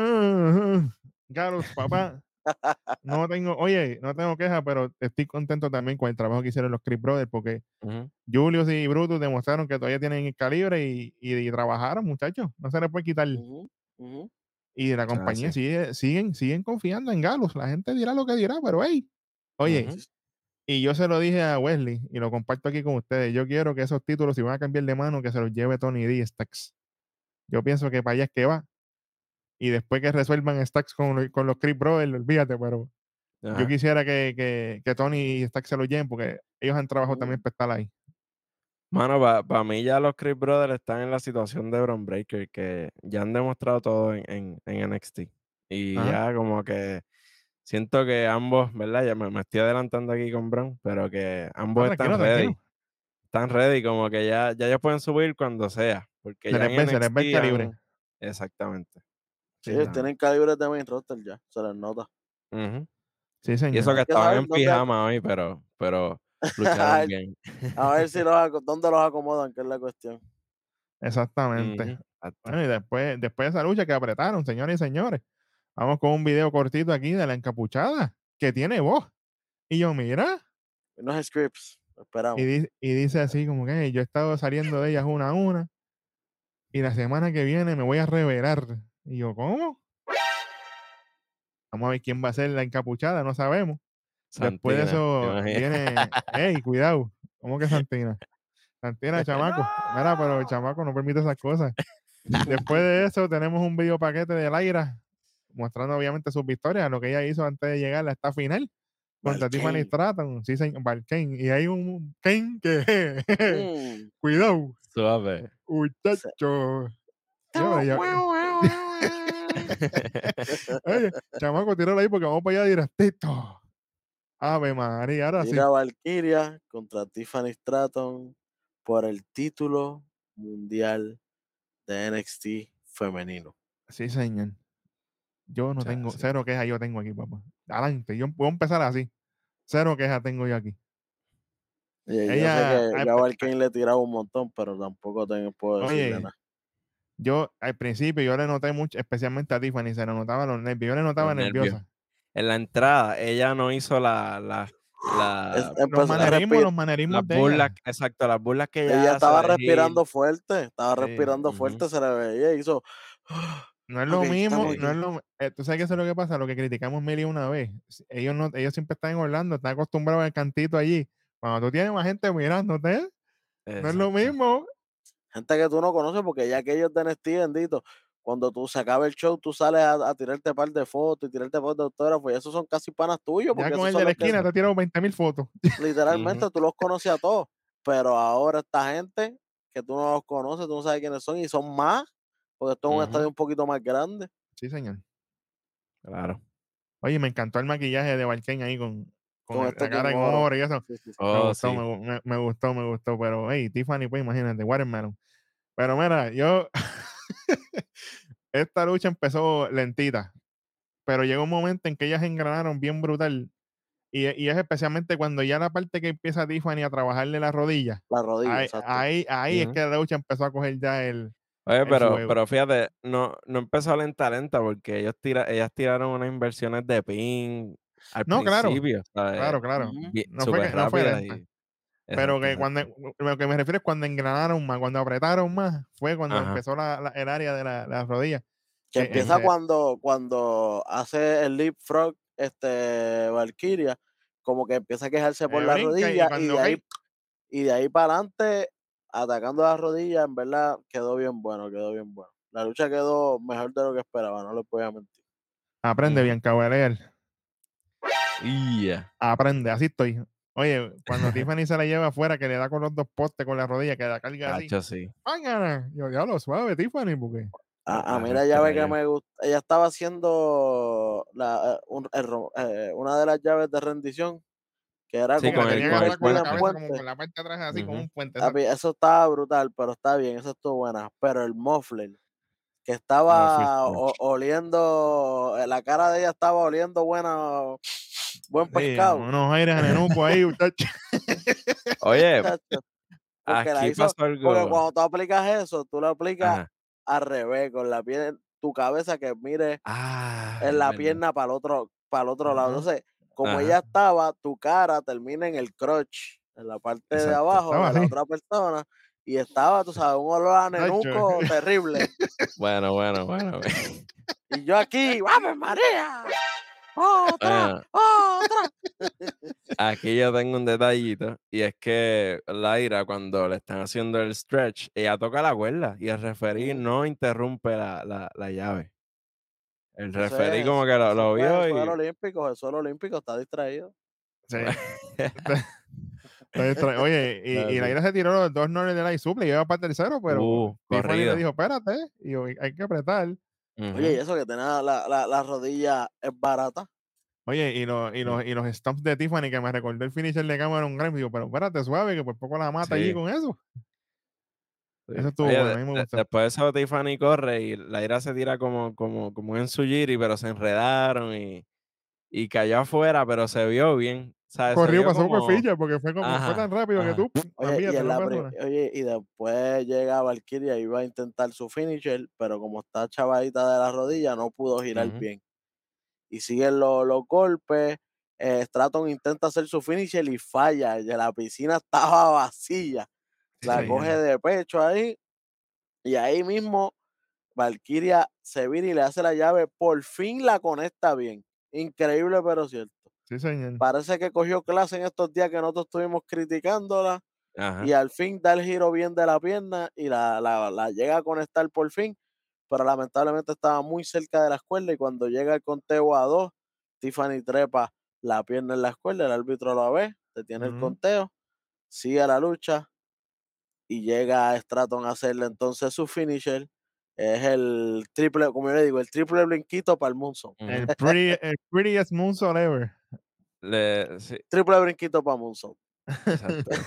Galos, papá. No tengo, oye, no tengo queja, pero estoy contento también con el trabajo que hicieron los Creed Brothers, porque ujú. Julius y Brutus demostraron que todavía tienen el calibre y, y, y trabajaron, muchachos. No se les puede quitar. Ujú, ujú. Y la Ah, compañía sí. sigue, siguen, siguen confiando en Galus. La gente dirá lo que dirá, pero hey, oye, Ujú. y yo se lo dije a Wesley y lo comparto aquí con ustedes. Yo quiero que esos títulos, si van a cambiar de mano, que se los lleve Tony D. Stacks. Yo pienso que para allá es que va. Y después que resuelvan Stacks con, lo- con los Creed Brothers, olvídate, pero yo Ajá. quisiera que, que, que Tony y Stacks se lo lleven porque ellos han trabajado Ujú. también para estar ahí. Mano, para mí ya los Creed Brothers están en la situación de Bron Breaker, que ya han demostrado todo en, en, en N X T. Y Ajá. ya como que siento que ambos, ¿verdad? Ya me, me estoy adelantando aquí con Bron, pero que No, ambos están tranquilo, tranquilo. ready. Están ready, como que ya, ya ellos pueden subir cuando sea, porque Se ya les en ve, se les ve el N X T calibre. han... Exactamente. Sí, Sí, ellos señor. exactamente. tienen calibres de main roster ya. Se les nota. Ujú. Sí, Y eso señor. que Hay que estaban saber en dónde, ac- pijama hoy, pero, pero a lucharon ver, bien. a ver si los, aco- dónde los acomodan, que es la cuestión. Exactamente. Ujú, exacto. Bueno, y después, después de esa lucha que apretaron, señores y señores, vamos con un video cortito aquí de la encapuchada, que tiene voz. Y yo, mira, Unos scripts, y, esperamos. di- y dice así como que "Hey, yo he estado saliendo de ellas una a una, y la semana que viene me voy a revelar". Y yo, ¿cómo? Vamos a ver quién va a ser la encapuchada, no sabemos. Después de Santina, ¿te eso imaginas? viene, hey, cuidado, ¿cómo que Santina? Santina, chamaco. Mira, pero el chamaco no permite esas cosas. Después de eso, tenemos un video paquete de Lyra mostrando obviamente sus victorias, lo que ella hizo antes de llegar a esta final contra Tiffany Valkane. Stratton, sí, señor, Valkane. Y hay un Kane que, Mm, cuidado, Suave. se- muchacho. Ya, pero ya- Oye, chamaco, tíralo ahí porque vamos para allá directito. Ave María, ahora sí. Mira Valkyria contra Tiffany Stratton por el título mundial de N X T femenino. Sí, señor. Yo no Ya, tengo, sí. cero quejas yo tengo aquí, papá. Adelante, yo puedo empezar así. Cero quejas tengo yo aquí. Y yo sé Ella, que ay, yo a pe- Valkane le tiraba un montón, pero tampoco tengo, puedo decirle oye, nada. yo al principio yo le noté mucho, especialmente a Tiffany, se le notaba los nervios. Yo le Los notaba nervios. nerviosa. En la entrada, ella no hizo la, la, Es- la, Los empezó a las, manerismos, respir- los las manerismos de burlas, ella. exacto, las burlas que ella ella hace estaba de heel. respirando fuerte, estaba Sí. respirando Ujú. fuerte, se le veía y hizo, No es ok, lo mismo, estamos Sí. no es aquí. lo eh, tú sabes que eso es lo que pasa, lo que criticamos mil y una vez. Ellos no, ellos siempre están en Orlando, están acostumbrados al cantito allí. Cuando tú tienes más gente mirándote, no es lo Exacto. mismo. Gente que tú no conoces, porque ya que ellos de N X T, bendito, cuando tú se acaba el show, tú sales a, a tirarte par de fotos y tirarte par de autógrafos, y esos son casi panas tuyos, Ya porque con esos el son de la los que esquina te ha tirado veinte mil fotos. Ujú. literalmente tú los conoces a todos. Pero ahora esta gente que tú no los conoces, tú no sabes quiénes son, y son más, porque esto es un Ujú. estadio un poquito más grande. Sí, señor. Claro. Oye, me encantó el maquillaje de Valken ahí con, con Con el- este la cara King en Oro. oro y eso. Sí, sí, sí. Me Oh, gustó, sí. me, gu- me- me gustó, me gustó. Pero, hey, Tiffany, pues imagínate, Watermelon. Pero mira, yo. Esta lucha empezó lentita, pero llegó un momento en que ellas engranaron bien brutal. Y, y es especialmente cuando ya la parte que empieza Tiffany a trabajarle la rodilla. La rodilla, Ahí, exacto. ahí, ahí es Ujú. que la lucha empezó a coger ya el, Oye, el pero, fuego. pero fíjate, no, no empezó lenta, lenta, porque ellos tira, ellas tiraron unas inversiones de pin al No, claro, principio, ¿sabes? claro, claro. Ujú. Bi- No fue, Súper que, no fue rápidas lenta. y... Pero Exacto, que cuando, exacto. lo que me refiero es cuando engranaron más, cuando apretaron más, fue cuando Ajá. empezó la, la- el área de la, las rodillas. Que Que empieza este, cuando, cuando hace el leapfrog, este, Valkyria, como que empieza a quejarse por eh, la brinca y rodilla y cuando de ahí, cae, y de ahí para adelante, atacando la rodilla, en verdad, quedó bien bueno, quedó bien bueno. La lucha quedó mejor de lo que esperaba, no les voy a mentir. aprende, Ujú. Bianca Belair. Y ya. Aprende, así estoy. Oye, cuando Tiffany se la lleva afuera, que le da con los dos postes con la rodilla, que la carga así. Cacho, sí. ¡Pángana! Yo, ya lo suave, Tiffany, porque. A, a La mí la llave que restrayó. me gusta, ella estaba haciendo la, eh, un- el ro- eh, una de las llaves de rendición, que era Sí, Sí, que como la con que el, tenía con el agarrada con la convertida en cabeza, puente. como con puente. la parte de atrás, así, como Ujú. un puente. Papi, Exacto. eso estaba brutal, pero está bien, eso estuvo buena. Pero el muffler, que Muffle estaba o- clutch. oliendo, eh, la cara de ella estaba oliendo buena, buen Sí, pescado, unos aires a nenuco ahí, muchachos. Oye, chacho, porque la aquí hizo, pasó porque algo. cuando tú aplicas eso, tú lo aplicas Ajá. al revés, con la piel, tu cabeza que mire Ah, en es la verdad. pierna para el otro, para el otro lado. Ajá. Entonces, como Ajá. ella estaba, tu cara termina en el crotch, en la parte de Exacto. abajo Estaba de la así, otra persona, y estaba, tú sabes, un olor a muchacho. nenuco terrible. Bueno, bueno, bueno. Y yo aquí, ¡Ave María! ¡Otra! Bueno, ¡Otra! aquí yo tengo un detallito y es que Laira cuando le están haciendo el stretch, ella toca la cuerda y el referee Mm, no interrumpe la, la, la llave. El Eso referee es, como que lo, eso lo pues, vio eso es el y... olímpico, eso es el olímpico, está distraído. Sí. Está extra- Oye, y, y la Así. ira se tiró los dos Norris de la Suple y iba para el tercero, pero Uh, Tiffany le corrido. dijo, espérate, y yo, hay que apretar. Oye, y Ujú. eso que tenía la, la, la rodilla es barata. Oye, y, los y, Sí. los y los stumps de Tiffany que me recordó el finisher de Cameron Grimes, digo, pero espérate, suave, que por poco la mata allí Sí, con eso. sí. Eso estuvo Oye, bueno, de- a mí me de- gustó. después de eso Tiffany corre y Laira se tira como, como, como en su giri, pero se enredaron y, y cayó afuera, pero se vio bien. ¿Sabes? Se Corrió, vio pasó por como... ficha, porque fue como, fue tan Ajá, rápido que ajá. tú, pum, Oye, y olvídate, en no la pasó pri- nada. oye, y después llega Valkyria y iba a intentar su finisher, pero como está chavadita de la rodilla, no pudo girar Ujú. bien. Y siguen los, los golpes. eh, Stratton intenta hacer su finisher y falla. Ya la piscina estaba vacía. Sí, La señor. coge de pecho ahí. Y ahí mismo Valkyria se vira y le hace la llave. Por fin la conecta bien. Increíble, pero cierto. Sí, señor. Parece que cogió clase en estos días que nosotros estuvimos criticándola. Ajá. Y al fin da el giro bien de la pierna y la, la, la llega a conectar por fin. Pero lamentablemente estaba muy cerca de la escuela y cuando llega el conteo a dos, Tiffany trepa la pierna en la escuela, el árbitro lo ve, detiene el Ujú. conteo, sigue la lucha y llega a Stratton a hacerle entonces su finisher. Es el triple, como yo le digo, el triple brinquito para el Moonsault. El, Ujú. pretty, el prettiest moonsault ever. Le, sí, Triple brinquito para Moonsault. exacto.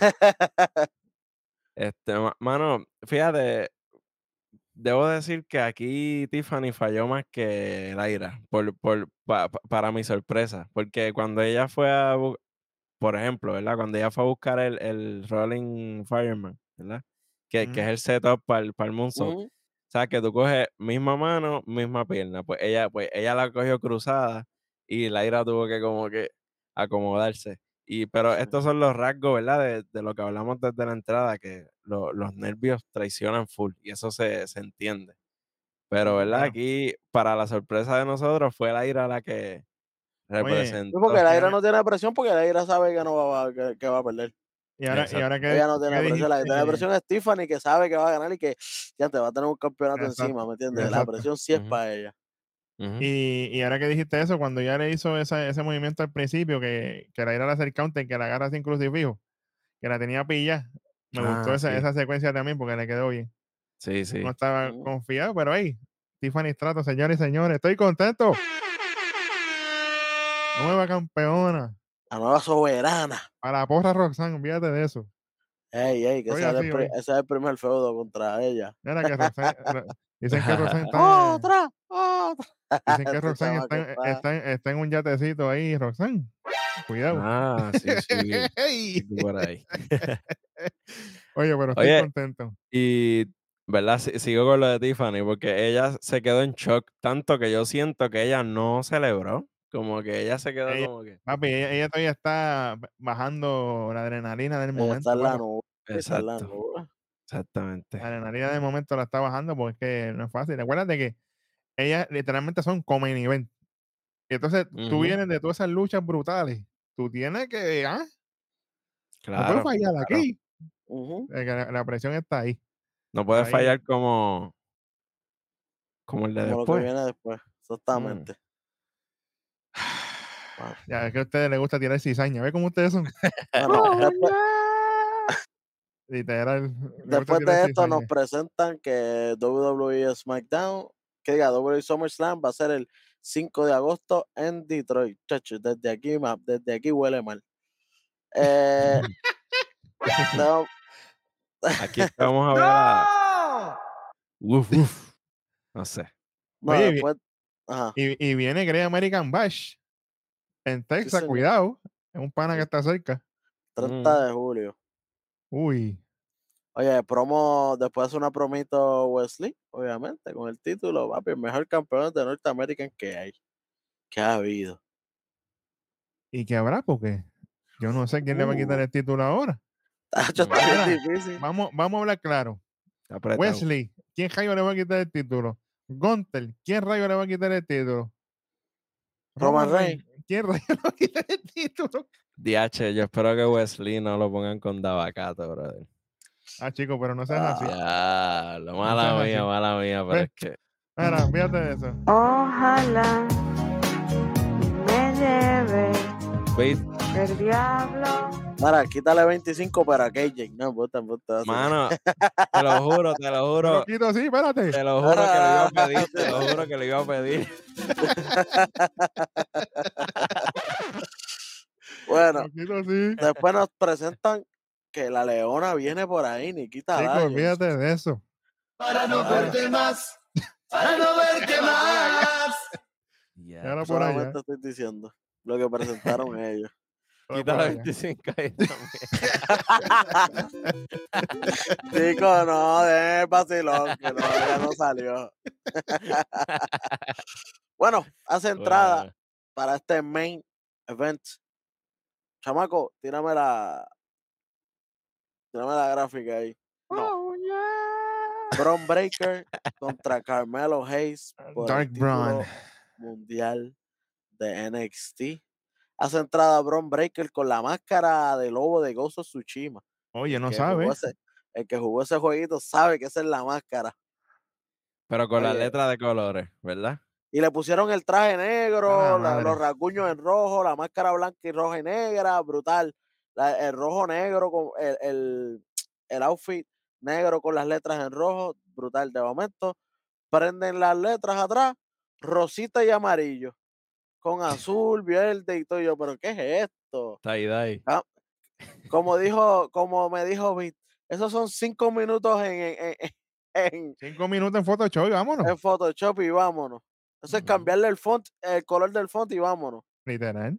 Este, ma- mano, fíjate, debo decir que aquí Tiffany falló más que Laira, por, por, pa- pa- para mi sorpresa, porque cuando ella fue a, bu- por ejemplo, ¿verdad? Cuando ella fue a buscar el, el Rolling Fireman, ¿verdad? Que, que es Ujú. el setup para el, para el moonsault. Ujú, O sea, que tú coges misma mano, misma pierna. Pues ella, pues ella la cogió cruzada y Laira tuvo que como que acomodarse. Y, pero sí, estos son los rasgos, ¿verdad? De, de lo que hablamos desde la entrada, que lo- los nervios traicionan full y eso se, se entiende. Pero, ujú. ¿verdad? Claro. Aquí, para la sorpresa de nosotros, fue Laira la que Oye, Sí, porque representó. el y Aira ahora, no tiene presión porque el Aira sabe que no va, que, que va a perder. y ahora, y ahora Exacto. que, Ella no que tiene presión, la que tiene dijiste, presión es Tiffany, que sabe que va a ganar y que ya te va a tener un campeonato encima, exacto, ¿me entiendes? La exacto. presión sí es Ujú, para ella. ujú. Y, y ahora que dijiste eso, cuando ya le hizo esa, ese movimiento al principio, que, que la era a hacer counter, que la agarra sin crucifijo, que la tenía pilla, me gustó Ah, esa, sí. esa secuencia también porque le quedó bien. Sí, No sí. estaba Mm. confiado, pero ahí, Tiffany Stratton, señores y señores, estoy contento. Nueva campeona. La nueva soberana. A la porra Roxanne, olvídate de eso. Ey, ey, que Estoy ese es el, así pri- hoy. ese es el primer feudo contra ella. Mira que Roxanne, Ro- dicen que Roxanne está, en- ¡Otra! ¡Otra! dicen que Ese Roxanne está, chamaco en- está. está, en- está en un yatecito ahí, Roxanne. Cuidado. Ah, sí, sí, vi. Vi Ey. por ahí. Oye, pero estoy Oye, contento. y ¿Verdad? Si- Sigo con lo de Tiffany porque ella se quedó en shock tanto que yo siento que ella no celebró. Como que ella se quedó Ella, como que... papi, ella, ella todavía está bajando la adrenalina del Ella está momento, en la papi. nube. Está en la Exacto, nube. La exactamente. adrenalina del momento la está bajando porque es que no es fácil. Acuérdate que ellas literalmente son como en event. Y entonces tú Ujú, vienes de todas esas luchas brutales. Tú tienes que, ah, no puedes claro, fallar claro. aquí. Ujú. Eh, que La, la presión está ahí. No puede Ahí. fallar como, como el de Como lo que después. viene después. Mm. Exactamente. Bueno, Ya es que a ustedes les gusta tirar cizaña. ¿Ves cómo ustedes son? bueno, después, Literal. Les gusta después tirar de esto nos cizaña. presentan que W W E SmackDown, que diga W W E SummerSlam va a ser el cinco de agosto en Detroit. Chacho, desde aquí, ma- desde aquí huele mal. Eh, no, Aquí es que vamos a ver a... Uf, uf. No sé. no, Oye, y vi- después, ajá, y, y viene Great American Bash en sí, Texas. señor. Cuidado. Es un pana que El está cerca. treinta Mm. de julio. Uy. Oye, promo, después hace una promito Wesley, obviamente, con el título, papi, el mejor campeón de Norteamérica que hay, que ha habido. ¿Y qué habrá? Porque yo no sé quién le va a quitar Uh, el título ahora. tacho, Mm. está bien Mira, difícil. vamos, vamos a hablar claro. Está apretado. Wesley, ¿quién rayo le va a quitar el título? Gunter, ¿quién rayo le va a quitar el título? Roman Roman Reigns. Reigns, ¿quién rayo le va a quitar el título? D H, yo espero que Wesley no lo pongan con Davacato, brother. Ah, chico, pero no seas así. Ah, Ya, lo No mala seas mía, así. mala mía, pero Ve, es que... mira, fíjate de eso. Ojalá me lleve Ve, el diablo. mira, quítale veinticinco para K J. No, puta, puta. así. mano, te lo juro, te lo Yo lo juro, quito así, espérate. te lo juro que lo iba a Ah, pedir, sí, te lo no. juro que lo iba a pedir. Bueno, Lo quito así. después nos presentan que la Leona viene por ahí, Nikita Chicos, Lyons. olvídate de eso. Para no Ah, verte más, para no verte más. Ya. Ahora por allá. solamente estoy diciendo lo que presentaron ellos. ahora Quita por la allá. veinticinco ahí también. Chicos, no, de el vacilón, que todavía no salió. Bueno, hace entrada Bueno, para este main event. Chamaco, tírame la, tírame la gráfica ahí. No, Oh, yeah. Bron Breaker contra Carmelo Hayes por Dark el Brown. título mundial de N X T. Hace entrada Bron Breaker con la máscara de lobo de Ghost of Tsushima. Oye, El no que sabe. jugó ese, el que jugó ese jueguito sabe que esa es la máscara. pero con la Oye, letra de colores, ¿verdad? y le pusieron el traje A la negro, la- madre. los rasguños en rojo, la máscara blanca y roja y negra, brutal. La- el rojo negro, con el, el, el outfit negro con las letras en rojo, brutal. De momento, prenden las letras atrás, rosita y amarillo, con azul, verde y todo. Y yo, pero ¿qué es esto? Tie-dye. Ah, como dijo, como me dijo Vic, esos son cinco minutos en, en, en, en- Cinco minutos en Photoshop y vámonos. en Photoshop y vámonos. Eso es Ujú. cambiarle el font, el color del font y vámonos. Literal.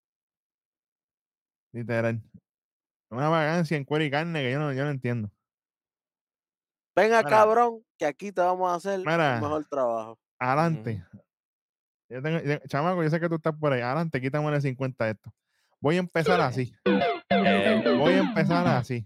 Literal. Una vagancia en cuero y carne que yo no, yo no entiendo. Venga, Mira, cabrón, que aquí te vamos a hacer un mira, mejor trabajo. adelante. Yo tengo, yo- chamaco, yo sé que tú estás por ahí. Adelante, quítame el cincuenta de esto. Voy a empezar así. Eh, Voy a empezar así.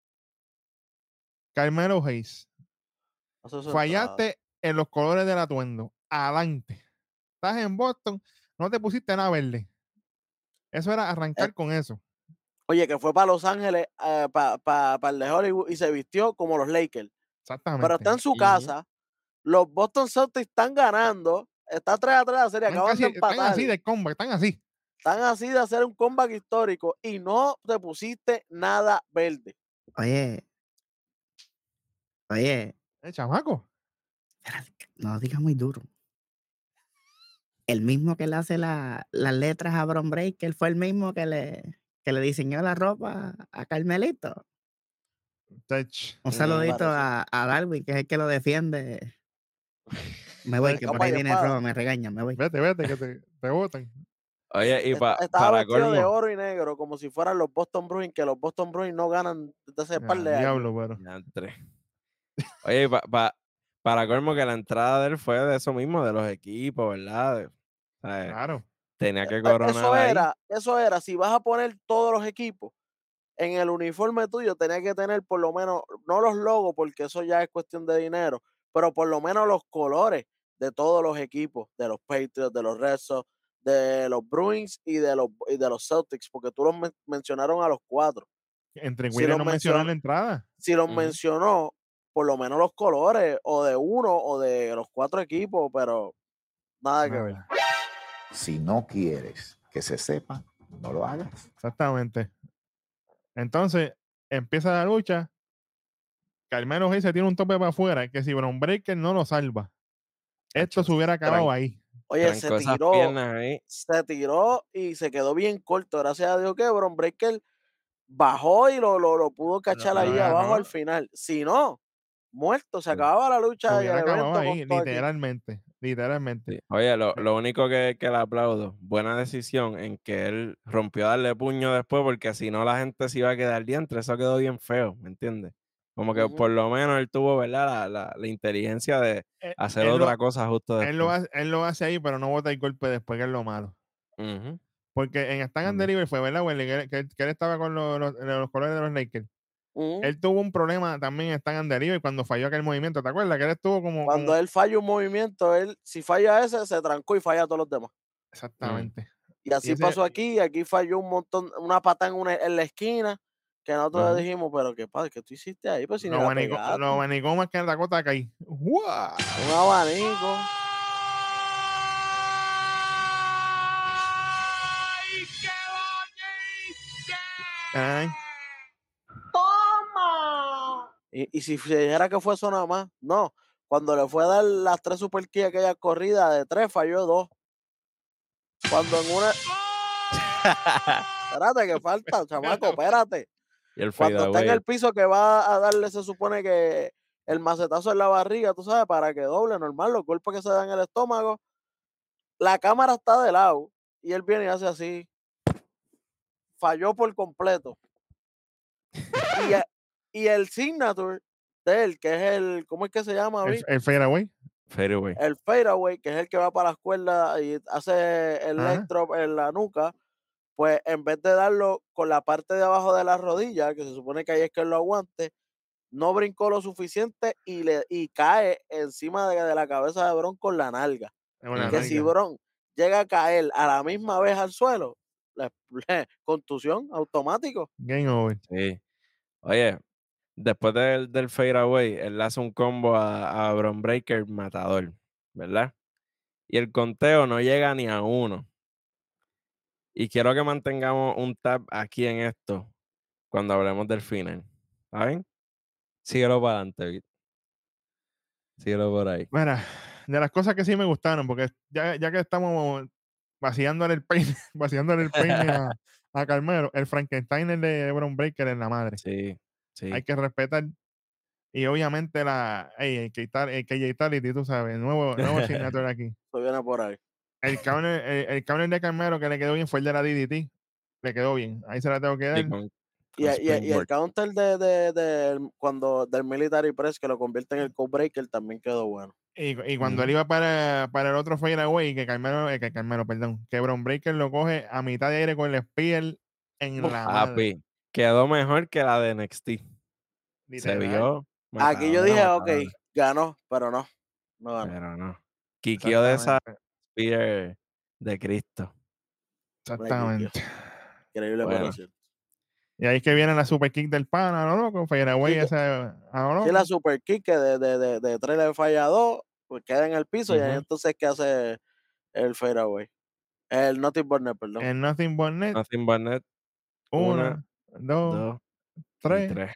Carmelo Hayes, Eso es su entrada. fallaste en los colores del atuendo. Adelante. Estás en Boston, no te pusiste nada verde. Eso era Eh, arrancar con eso. oye, que fue para Los Ángeles, eh, para pa, pa el de Hollywood y se vistió como los Lakers. Pero Exactamente. está en su Ujú. casa. Los Boston Celtics están ganando. Está tres a tres la serie, Están, acaban casi, de están empatar. así de combo, están así. Están así de hacer un comeback histórico y no te pusiste nada verde. Oye, oye, Eh, chamaco. espérate, no lo digas muy duro. El mismo que le hace la- las letras a Bron Breaker fue el mismo que le, que le diseñó la ropa a Carmelito. Tech. Un Ujú. saludito Parece. a, a Darwin, que es el que lo defiende. Me voy, Tech. que Capa por ahí y viene espada. Robo, me regañan, me voy. Vete, vete, que te, te botan. Oye, y Está- pa- estaba para vestido de colmo, oro y negro, como si fueran los Boston Bruins, que los Boston Bruins no ganan desde hace par Ah, de años. diablo, pero. Diantre. Oye, pa- pa- para colmo que la entrada de él fue de eso mismo, de los equipos, ¿verdad? De- o sea, Claro. tenía que Eh, coronar Eso ahí. era, eso era, si vas a poner todos los equipos, en el uniforme tuyo tenía que tener por lo menos, no los logos, porque eso ya es cuestión de dinero, pero por lo menos los colores de todos los equipos, de los Patriots, de los Red Sox, de los Bruins y de los, y de los Celtics, porque tú los men- mencionaron a los cuatro. Entre Si Williams los, no mencionó en mencion- la entrada. si los Ujú. mencionó, por lo menos los colores, o de uno o de los cuatro equipos, pero nada que ver. Nada. Si no quieres que se sepa, no lo hagas. Exactamente. Entonces, empieza la lucha. Carmelo Hayes se tiene un tope para afuera que si Bron Breaker no lo salva, esto se hubiera acabado Tran- ahí. Oye, se Trancó esas tiró, piernas ahí. se tiró y se quedó bien corto. Gracias a Dios que Bron Breaker bajó y lo, lo, lo pudo cachar lo ahí abajo agarró. al final. Si no, muerto, se Sí. acababa la Se lucha y el hubiera acabado evento con ahí, todo aquí. literalmente. Literalmente. Sí. Oye, lo, lo único que, que le aplaudo, buena decisión en que él rompió a darle puño después, porque si no la gente se iba a quedar diantre, eso quedó bien feo, ¿me entiendes? Como que Ujú. por lo menos él tuvo, ¿verdad? La, la, la inteligencia de Eh, hacer él, otra lo, cosa justo él, lo después. hace, él lo hace ahí, pero no bota el golpe después, que es lo malo. Ujú. Porque en Stand and Ujú. Deliver fue, ¿verdad, Welly? Que, que, que él estaba con los, los, los colores de los Lakers. Ujú. Él tuvo un problema también en Stand and Deliver cuando falló aquel movimiento. ¿Te acuerdas? Que él estuvo como. Cuando como... él falla un movimiento, él, si falla ese, se trancó y falla a todos los demás. Exactamente. Y así Y ese- pasó aquí, aquí falló un montón, una pata en, una, en la esquina, que nosotros Ajá. le dijimos, pero qué padre, ¿qué tú hiciste ahí? Pues si ni Lo la abanicó, pegaste. lo abanicó más que en Dakota Kai. ¡Guau! Un abanico. Ay, Y, y si se dijera que fue eso nada más, no. Cuando le fue a dar las tres super key aquella corrida de tres, falló dos. Cuando en una. Espérate, que falta, chamaco, espérate. Y el Cuando está en fadeaway. el piso que va a darle, se supone que el macetazo en la barriga, tú sabes, para que doble, normal, los golpes que se dan en el estómago. La cámara está de lado y él viene y hace así. Falló por completo. Y, a- y el signature de él, que es el, ¿cómo es que se llama, el, Vic? el fadeaway. Fadeaway. El fadeaway, que es el que va para la cuerda y hace el Ajá. leg drop en la nuca, pues en vez de darlo con la parte de abajo de la rodilla, que se supone que ahí es que él lo aguante, no brincó lo suficiente y, le, y cae encima de, de la cabeza de Bron con la nalga. En una Ujú. Que si nalga. Bron llega a caer a la misma vez al suelo, le- le- contusión automático. Game over. Sí. Oye, después del, del fadeaway, él le hace un combo a, a Bron Breaker matador, ¿verdad? Y el conteo no llega ni a uno. Y quiero que mantengamos un tab aquí en esto cuando hablemos del final. ¿Saben? Síguelo para adelante, Vic. Síguelo por ahí. Mira, de las cosas que sí me gustaron, porque ya, ya que estamos vaciándole el peine, vaciándole el peine a, a Carmelo, el Frankenstein de Bron Breaker en la madre. Sí, sí. Hay que respetar. Y obviamente la ey, el K el K J Tality, tú sabes, el nuevo, nuevo signature aquí. Eso viene por ahí. El counter, el, el counter de Carmelo que le quedó bien fue el de la D D T. Le quedó bien. Ahí se la tengo que Sí, dar. con- Y, con y- y el springboard. counter de, de, de- cuando del military press que lo convierte en el code breaker también quedó bueno. Y, y cuando Ujú. él iba para, para el otro fadeaway, que Carmelo, eh, que Carmelo, perdón, que Bron Breaker lo coge a mitad de aire con el spear en Buf, la madre. Papi, quedó mejor que la de N X T. Se Literal. vio Aquí yo matadora, dije, ok, matadora, ganó, pero no, no ganó. pero no. Quiqueó de esa Exactamente. spear de Cristo. Exactamente. Increíble, Bueno. pero cierto. Y ahí es que viene la super kick del pana, ¿no? Loco, fadeaway Sí, que- ese, ¿a lo Sí, loco? la super kick que de, de, de, de tres le falla dos, pues queda en el piso y ahí Ujú. entonces que hace el fadeaway. El nothing but net, perdón. En Nothing But Net, Nothing but net, una, dos, dos y tres, tres.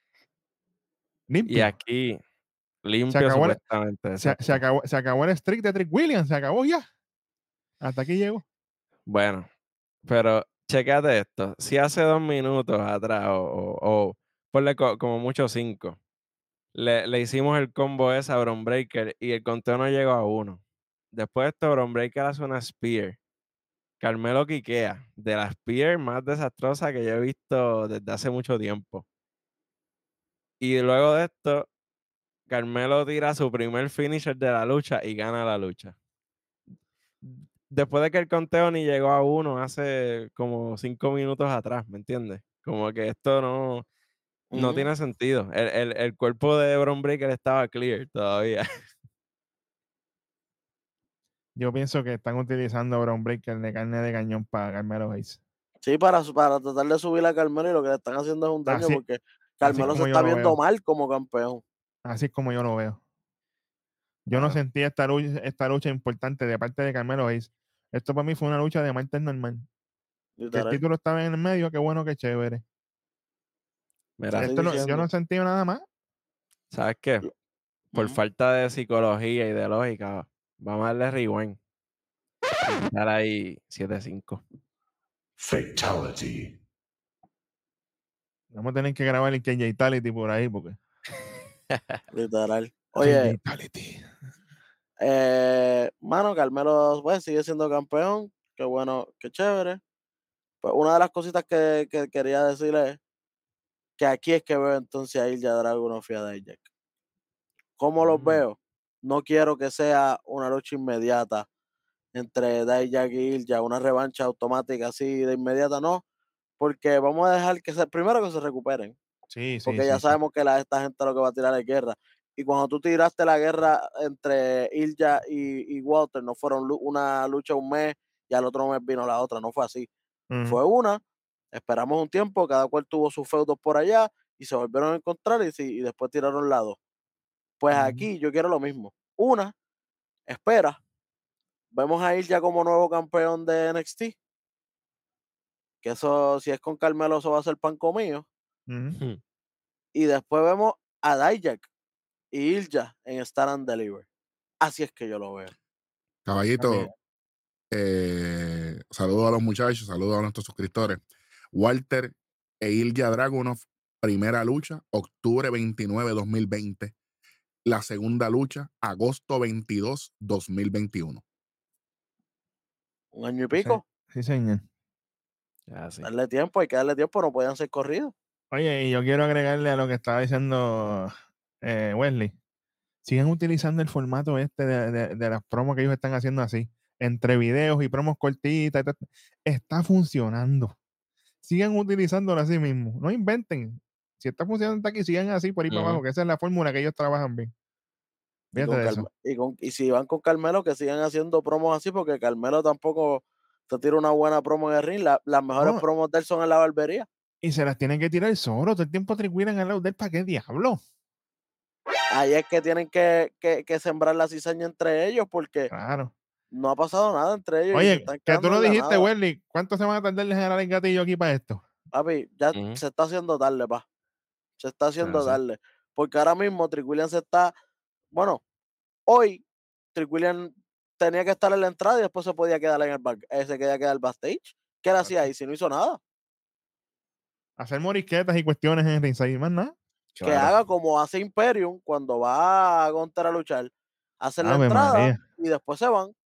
Y limpio. aquí, Se limpio acabó, el, supuestamente. se, se exacto. acabó, se acabó el streak de Trick Williams, se acabó ya. Hasta aquí llegó. Bueno, pero checate esto. Si hace dos minutos atrás, o, o, o ponle co- como mucho cinco, le, le hicimos el combo ese a Bron Breaker y el conteo no llegó a uno. Después de esto, Bron Breaker hace una spear. Carmelo quiquea, de la spear más desastrosa que yo he visto desde hace mucho tiempo. Y luego de esto, Carmelo tira su primer finisher de la lucha y gana la lucha. Después de que el conteo ni llegó a uno hace como cinco minutos atrás, ¿me entiendes? Como que esto no, no Ujú. tiene sentido. El, el, el cuerpo de Bron Breakker estaba clear todavía. Yo pienso que están utilizando a Bron Breakker de carne de cañón para Carmelo Hayes. Sí, para, su- para tratar de subir a Carmelo y lo que le están haciendo es un daño Así, porque así Carmelo se como yo está lo viendo veo. mal como campeón. Así es como yo lo veo. Yo no Claro. sentí esta lucha, esta lucha importante de parte de Carmelo Hayes. Esto para mí fue una lucha de martes normal. Que el Literal. título estaba en el medio, qué bueno, qué chévere. Mira, Estoy Esto no, yo diciendo. no sentí nada más. ¿sabes qué? Por Ujú. falta de psicología y de lógica, vamos a darle rewind. Y estar ahí siete cinco. Fatality. Vamos a tener que grabar el K J Tality por ahí porque. Literal. Oye, K J Tality. eh, mano, Carmelo pues, sigue siendo campeón. Qué bueno, qué chévere. Pues una de las cositas que, que quería decir es que aquí es que veo entonces a Ilja Dragunov y a Dijak. ¿Cómo los Mm. veo? No quiero que sea una lucha inmediata entre Dijak y Ilja, una revancha automática así de inmediata, no, porque vamos a dejar que se, primero que se recuperen, Sí, sí, porque ya sí, sí. sabemos que la, esta gente lo que va a tirar es guerra. Y cuando tú tiraste la guerra entre Ilja y, y Walter, no fueron lu- una lucha un mes y al otro mes vino la otra, no fue así. Ujú. Fue una, esperamos un tiempo, cada cual tuvo sus feudos por allá y se volvieron a encontrar y, sí, y después tiraron la dos. Pues Ujú. aquí yo quiero lo mismo. Una, espera, vemos a Ilja como nuevo campeón de N X T, que eso, si es con Carmelo, eso va a ser pan comido. Ujú. Y después vemos a Dijak y Ilja en Stand and Deliver. Así es que yo lo veo. Así es. Caballito, eh, saludos a los muchachos, saludos a nuestros suscriptores. Walter e Ilja Dragunov, primera lucha, octubre veintinueve, dos mil veinte. La segunda lucha, agosto veintidós, dos mil veintiuno. Un año y Sí, pico. sí, señor. Ya, sí. Darle tiempo, hay que darle tiempo, no podían ser corridos. Oye, y yo quiero agregarle a lo que estaba diciendo eh, Wesley. Sigan utilizando el formato este de, de- de las promos que ellos están haciendo así, entre videos y promos cortitas. y ta- ta- Está funcionando. Sigan utilizándolo así mismo. No inventen. Si está funcionando hasta aquí, sigan así por ahí para Ujú. abajo, que esa es la fórmula que ellos trabajan bien. Y, Fíjate con de Carme- eso. y, con- y si van con Carmelo, que sigan haciendo promos así, porque Carmelo tampoco se tira una buena promo en el ring. La- las mejores No, promos de él son en la barbería. y se las tienen que tirar solo. Todo el tiempo tricuilan al lado de él. ¿Para qué diablo? Ahí es que tienen que, que, que sembrar la cizaña entre ellos, porque Claro. no ha pasado nada entre ellos y se Oye, están que tú quedando no en la dijiste, nada. Wesley, ¿cuánto se van a tardar en generar el gatillo aquí para esto? Papi, ya Ujú. se está haciendo tarde, pa. Se está haciendo Así. tarde. Porque ahora mismo Triquillian se está. Bueno, hoy Triquillian tenía que estar en la entrada y después se podía quedar en el back, eh, se quería quedar backstage. ¿Qué le hacía ahí si no hizo nada? Hacer morisquetas y cuestiones en ringside, más nada. Que Claro. haga como hace Imperium cuando va a Gunter a luchar. Hacen la Ave entrada María. y después se van.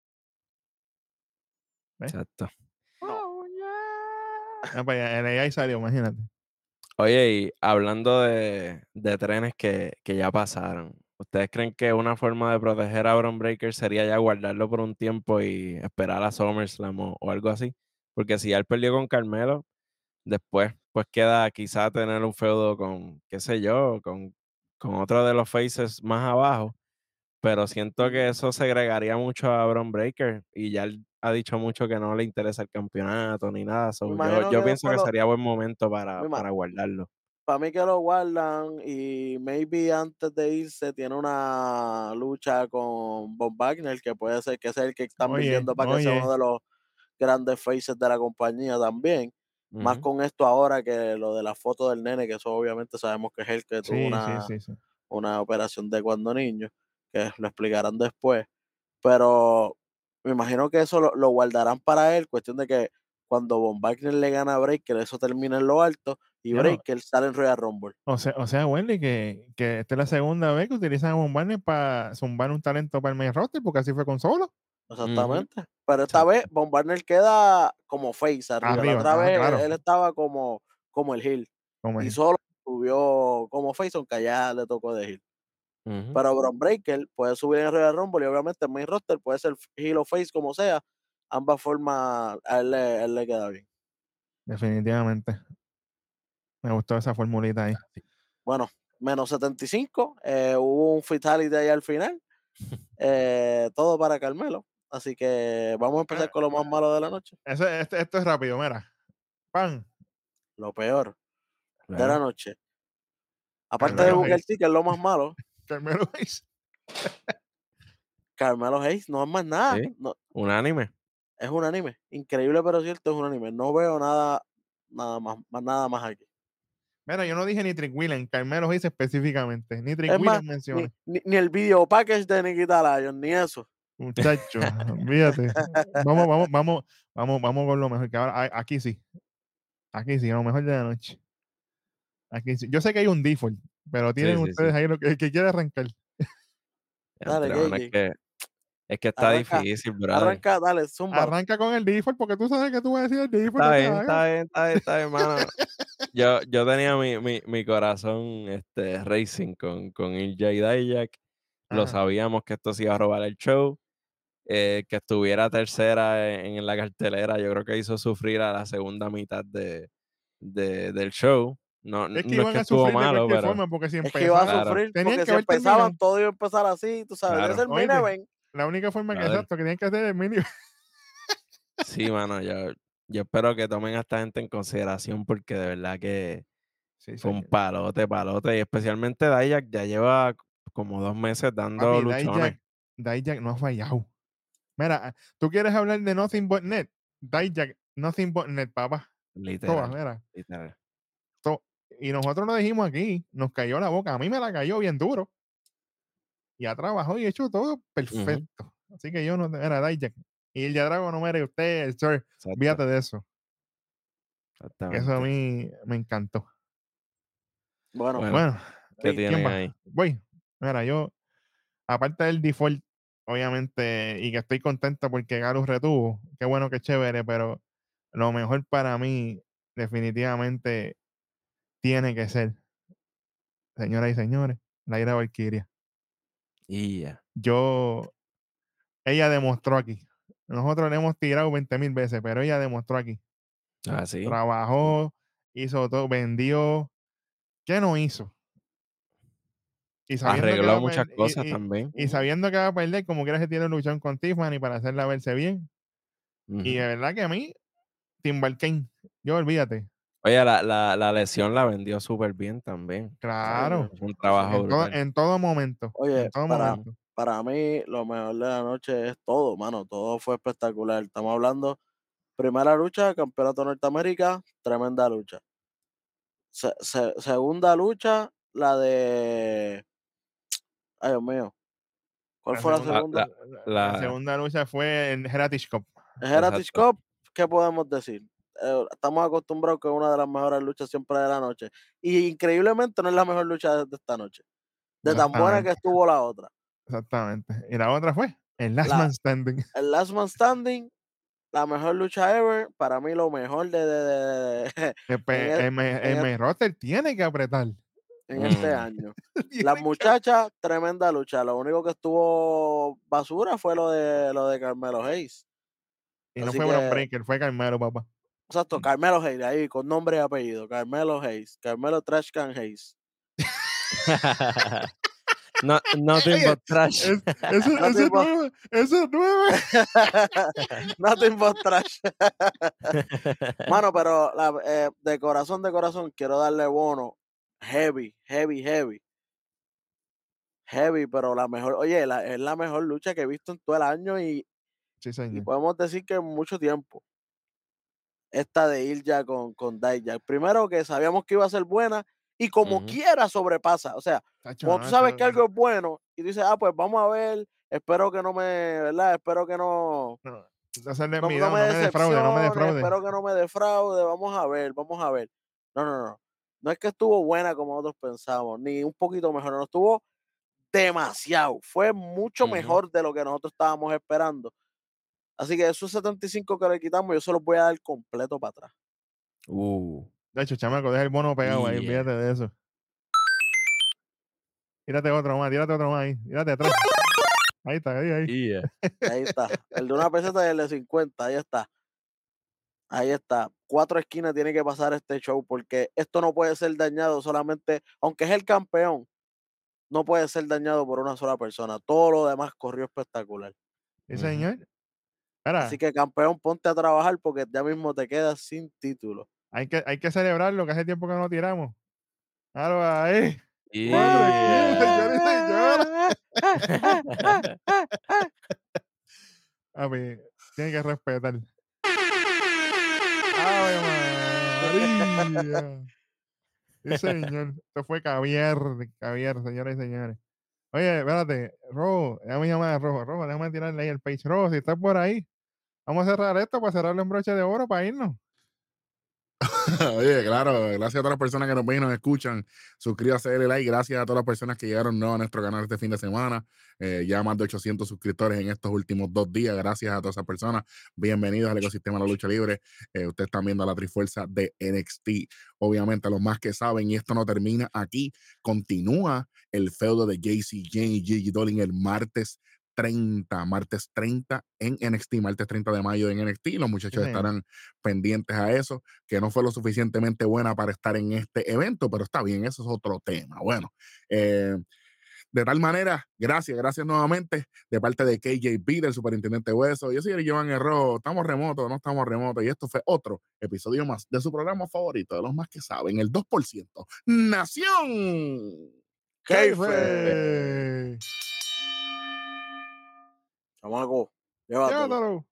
Exacto. No. Ah, pues ya, el A I salió, imagínate. Oye, y hablando de, de trenes que, que ya pasaron, ¿ustedes creen que una forma de proteger a Bron Breakker sería ya guardarlo por un tiempo y esperar a SummerSlam o, o algo así? Porque si ya él perdió con Carmelo, después pues queda quizá tener un feudo con, qué sé yo, con, con otro de los faces más abajo, pero siento que eso segregaría mucho a Bron Breakker y ya él ha dicho mucho que no le interesa el campeonato ni nada. Me so, yo, imagino que yo pienso después que lo. sería buen momento para, Me ima- para guardarlo. Para mí que lo guardan y maybe antes de irse tiene una lucha con Von Wagner, que puede ser que sea el que están Oye, vendiendo para que sea uno oye. de los grandes faces de la compañía también. Más Ujú. con esto ahora que lo de la foto del nene, que eso obviamente sabemos que es el que tuvo Sí, sí, una, sí, sí. una operación de cuando niño, que lo explicarán después. Pero me imagino que eso lo, lo guardarán para él, cuestión de que cuando Von Wagner le gana a Breaker, eso termina en lo alto y Ya no. Breaker sale en Royal Rumble. O sea, o sea, Wendy, que, que esta es la segunda vez que utilizan a Von Barney para zumbar un talento para el main roster, porque así fue con Solo. Ujú. Exactamente. Pero esta Exacto. vez Von Wagner queda como face arriba. La Arriba, otra ajá, vez él, claro. él estaba como, como el heel. Como Y es. solo subió como face, aunque allá le tocó de heel. Ujú. Pero Bron Breakker puede subir en el Royal Rumble y obviamente el main roster puede ser heel o face como sea. Ambas formas a él le, a él le queda bien. Definitivamente. Me gustó esa formulita ahí. Bueno, menos setenta y cinco. Eh, hubo un fatality ahí al final. Eh, todo para Carmelo. Así que vamos a empezar Eh, con lo más malo de la noche. Ese- este- esto es rápido, mira. Pan. Lo peor de la Claro. noche. Aparte de Carmelo Booker Hayes. T, que es lo más malo, Carmelo Hayes. Carmelo Hayes no es más nada. Sí, No, unánime. es un anime. Increíble, pero cierto, es un anime. No veo nada, nada más, más nada más aquí. Mira, yo no dije ni Trick William, Carmelo Hayes específicamente. Ni Trick Es más, William ni, mencioné. ni, ni el video package de Nikita Lyon, ni eso. Muchachos, olvídate. Vamos, vamos, vamos, vamos, vamos con lo mejor. Que ahora, a- aquí sí. Aquí sí, lo mejor de la noche. Aquí sí. Yo sé que hay un default, pero tienen Sí, sí, ustedes sí. ahí lo que, el que quiere arrancar. Dale, Entre, mano, es J J. que, es que está Arranca, difícil, brother. arranca, dale, zúmbalo. Arranca con el default porque tú sabes que tú vas a decir el default. Está no te bien, hagas. está bien, está bien, está bien, mano. Yo, yo tenía mi, mi, mi corazón este, racing con, con Ilja y Dijak. Lo Ajá. sabíamos que esto se iba a robar el show. Eh, que estuviera tercera en, en la cartelera, yo creo que hizo sufrir a la segunda mitad de, de- del show. No, Es que no es iban que a estuvo sufrir de malo, cualquier pero forma porque si Es que iba a empezaban, claro, sufrir, tenían porque que si haber terminado. empezaban, todo iba a empezar así, tú sabes, Claro. es el main Oíste, event. la única forma que Brother. exacto que tienen que hacer es el mini. sí, mano, yo, yo espero que tomen a esta gente en consideración porque de verdad que Sí, fue un señor. palote, palote. Y especialmente Dijak ya lleva como dos meses dando Papi, luchones. Dijak, Dijak no ha fallado. Mira, ¿tú quieres hablar de Nothing But Net? Dijak, Nothing But Net, papá. Todas, Literal, mira. literal. to- Y nosotros lo dijimos aquí, nos cayó la boca. A mí me la cayó bien duro. Y ha trabajado y hecho todo perfecto. Así que yo no, era Dijak. Y el Drago no mere usted, sir. Exacto, Fíjate de eso. Eso a exactamente. mí me encantó. Bueno, Bueno, Bueno, ¿qué ¿y quién tienen va? ahí? Voy. Mira, yo, aparte del default, obviamente, y que estoy contento porque Garus retuvo, qué bueno, qué chévere, pero lo mejor para mí, definitivamente, tiene que ser, señoras y señores, la ira Valkyria. Y ya. Yo, ella demostró aquí. Nosotros le hemos tirado veinte mil veces, pero ella demostró aquí. Ah, sí. Trabajó, hizo todo, vendió. ¿Qué no hizo? Y sabiendo que va Arregló a muchas perder, cosas y, y- también. y sabiendo que va a perder, como quiera se tiene luchón con Tiffany para hacerla verse bien. Ujú. Y de verdad que a mí, Timbal Kane, yo olvídate. Oye, la, la, la lesión la vendió súper bien también. Claro. Fue un trabajo En todo, brutal. en todo momento. oye, En todo para, momento. para mí lo mejor de la noche es todo, mano. Todo fue espectacular. Estamos hablando, primera lucha, campeonato de Norteamérica, tremenda lucha. Se- se- segunda lucha, la de... Ay, Dios mío. ¿Cuál La fue la segunda, La, segunda? la, la la- segunda lucha fue en Heritage Cup. En Heritage exacto. Cup, ¿qué podemos decir? Eh, estamos acostumbrados que es una de las mejores luchas siempre de la noche. Y increíblemente no es la mejor lucha de, de esta noche. De tan buena que Exactamente. estuvo la otra. Exactamente. Y la otra fue el Last La, Man Standing. el Last Man Standing, la mejor lucha ever. Para mí lo mejor de, de- de- de- El, en, pe- el- el, me- el en el- main roster tiene que apretar. en este Mm, año. Tiene Las que- muchachas, tremenda lucha. Lo único que estuvo basura fue lo de lo de Carmelo Hayes. Y no Así fue Bron que, Breaker, fue Carmelo, papá. exacto, Carmelo Hayes, ahí con nombre y apellido. Carmelo Hayes. Carmelo Trashcan Hayes. no, nothing Oye, but trash. es- eso, No eso te es puedo- nuevo. Eso es nuevo. Nothing but trash. Mano, pero la- eh, de corazón, de corazón, quiero darle bono. Heavy, heavy, heavy. Heavy, pero la mejor, oye, la- es la mejor lucha que he visto en todo el año y, Sí, y señor. podemos decir que en mucho tiempo. Esta de Ilja con, con Dijak. Primero que sabíamos que iba a ser buena y como Ujú. quiera sobrepasa. O sea, Tacho, cuando tú no, sabes eso- que algo es bueno y dices, ah, pues vamos a ver, espero que no me, ¿verdad? Espero que no, no, no hacerle no, mi no dado, me no me defraude, no me decepcione, defraude. espero que no me defraude, vamos a ver, vamos a ver. No, no, no. No es que estuvo buena como nosotros pensamos, ni un poquito mejor, no estuvo demasiado. Fue mucho Ujú. mejor de lo que nosotros estábamos esperando. Así que esos setenta y cinco que le quitamos, yo se los voy a dar completo para atrás. Uh, De hecho, chamaco, deja el bono pegado ahí, yeah. olvídate de eso. Tírate otro más, tírate otro más ahí. Tírate tres. Ahí está, ahí, ahí. Yeah. Ahí está. El de una peseta y el de cincuenta. Ahí está. Ahí está. Cuatro esquinas tiene que pasar este show porque esto no puede ser dañado solamente, aunque es el campeón, no puede ser dañado por una sola persona. Todo lo demás corrió espectacular. Sí, Ujú. señor. Espera, Así que campeón, ponte a trabajar porque ya mismo te quedas sin título. hay que, hay que celebrar lo que hace tiempo que no tiramos. Claro, ahí. Cuatro esquinas, señores y señores. A mí, tiene que respetar. ¡Ave María! Sí, señor. Esto fue caviar, caviar, señores y señores. Oye, espérate, Robo, déjame llamar a Robo. Robo, déjame tirarle ahí el page. Robo, si estás por ahí, vamos a cerrar esto para cerrarle un broche de oro para irnos. Oye, claro, gracias a todas las personas que nos ven y nos escuchan. Suscríbase, denle like. Gracias a todas las personas que llegaron nuevas a nuestro canal este fin de semana. Eh, ya más de ochocientos suscriptores en estos últimos dos días. Gracias a todas esas personas. Bienvenidos al ecosistema de la lucha libre. Eh, ustedes están viendo a la Trifuerza de N X T. Obviamente, a los más que saben, y esto no termina aquí. Continúa el feudo de J C Jane y Gigi Dolin el martes treinta, martes treinta en N X T, martes treinta de mayo en N X T. Los muchachos Sí, señor. estarán pendientes a eso, que no fue lo suficientemente buena para estar en este evento, pero está bien, eso es otro tema. Bueno, eh, de tal manera, gracias, gracias nuevamente de parte de K J B, del superintendente Hueso. Yo soy el Joan Herro, estamos remotos, no estamos remotos, y esto fue otro episodio más de su programa favorito, de los más que saben, el dos por ciento. ¡Nación! Keife. ¡Keife! Chamaco, llévatelo. Llévatelo.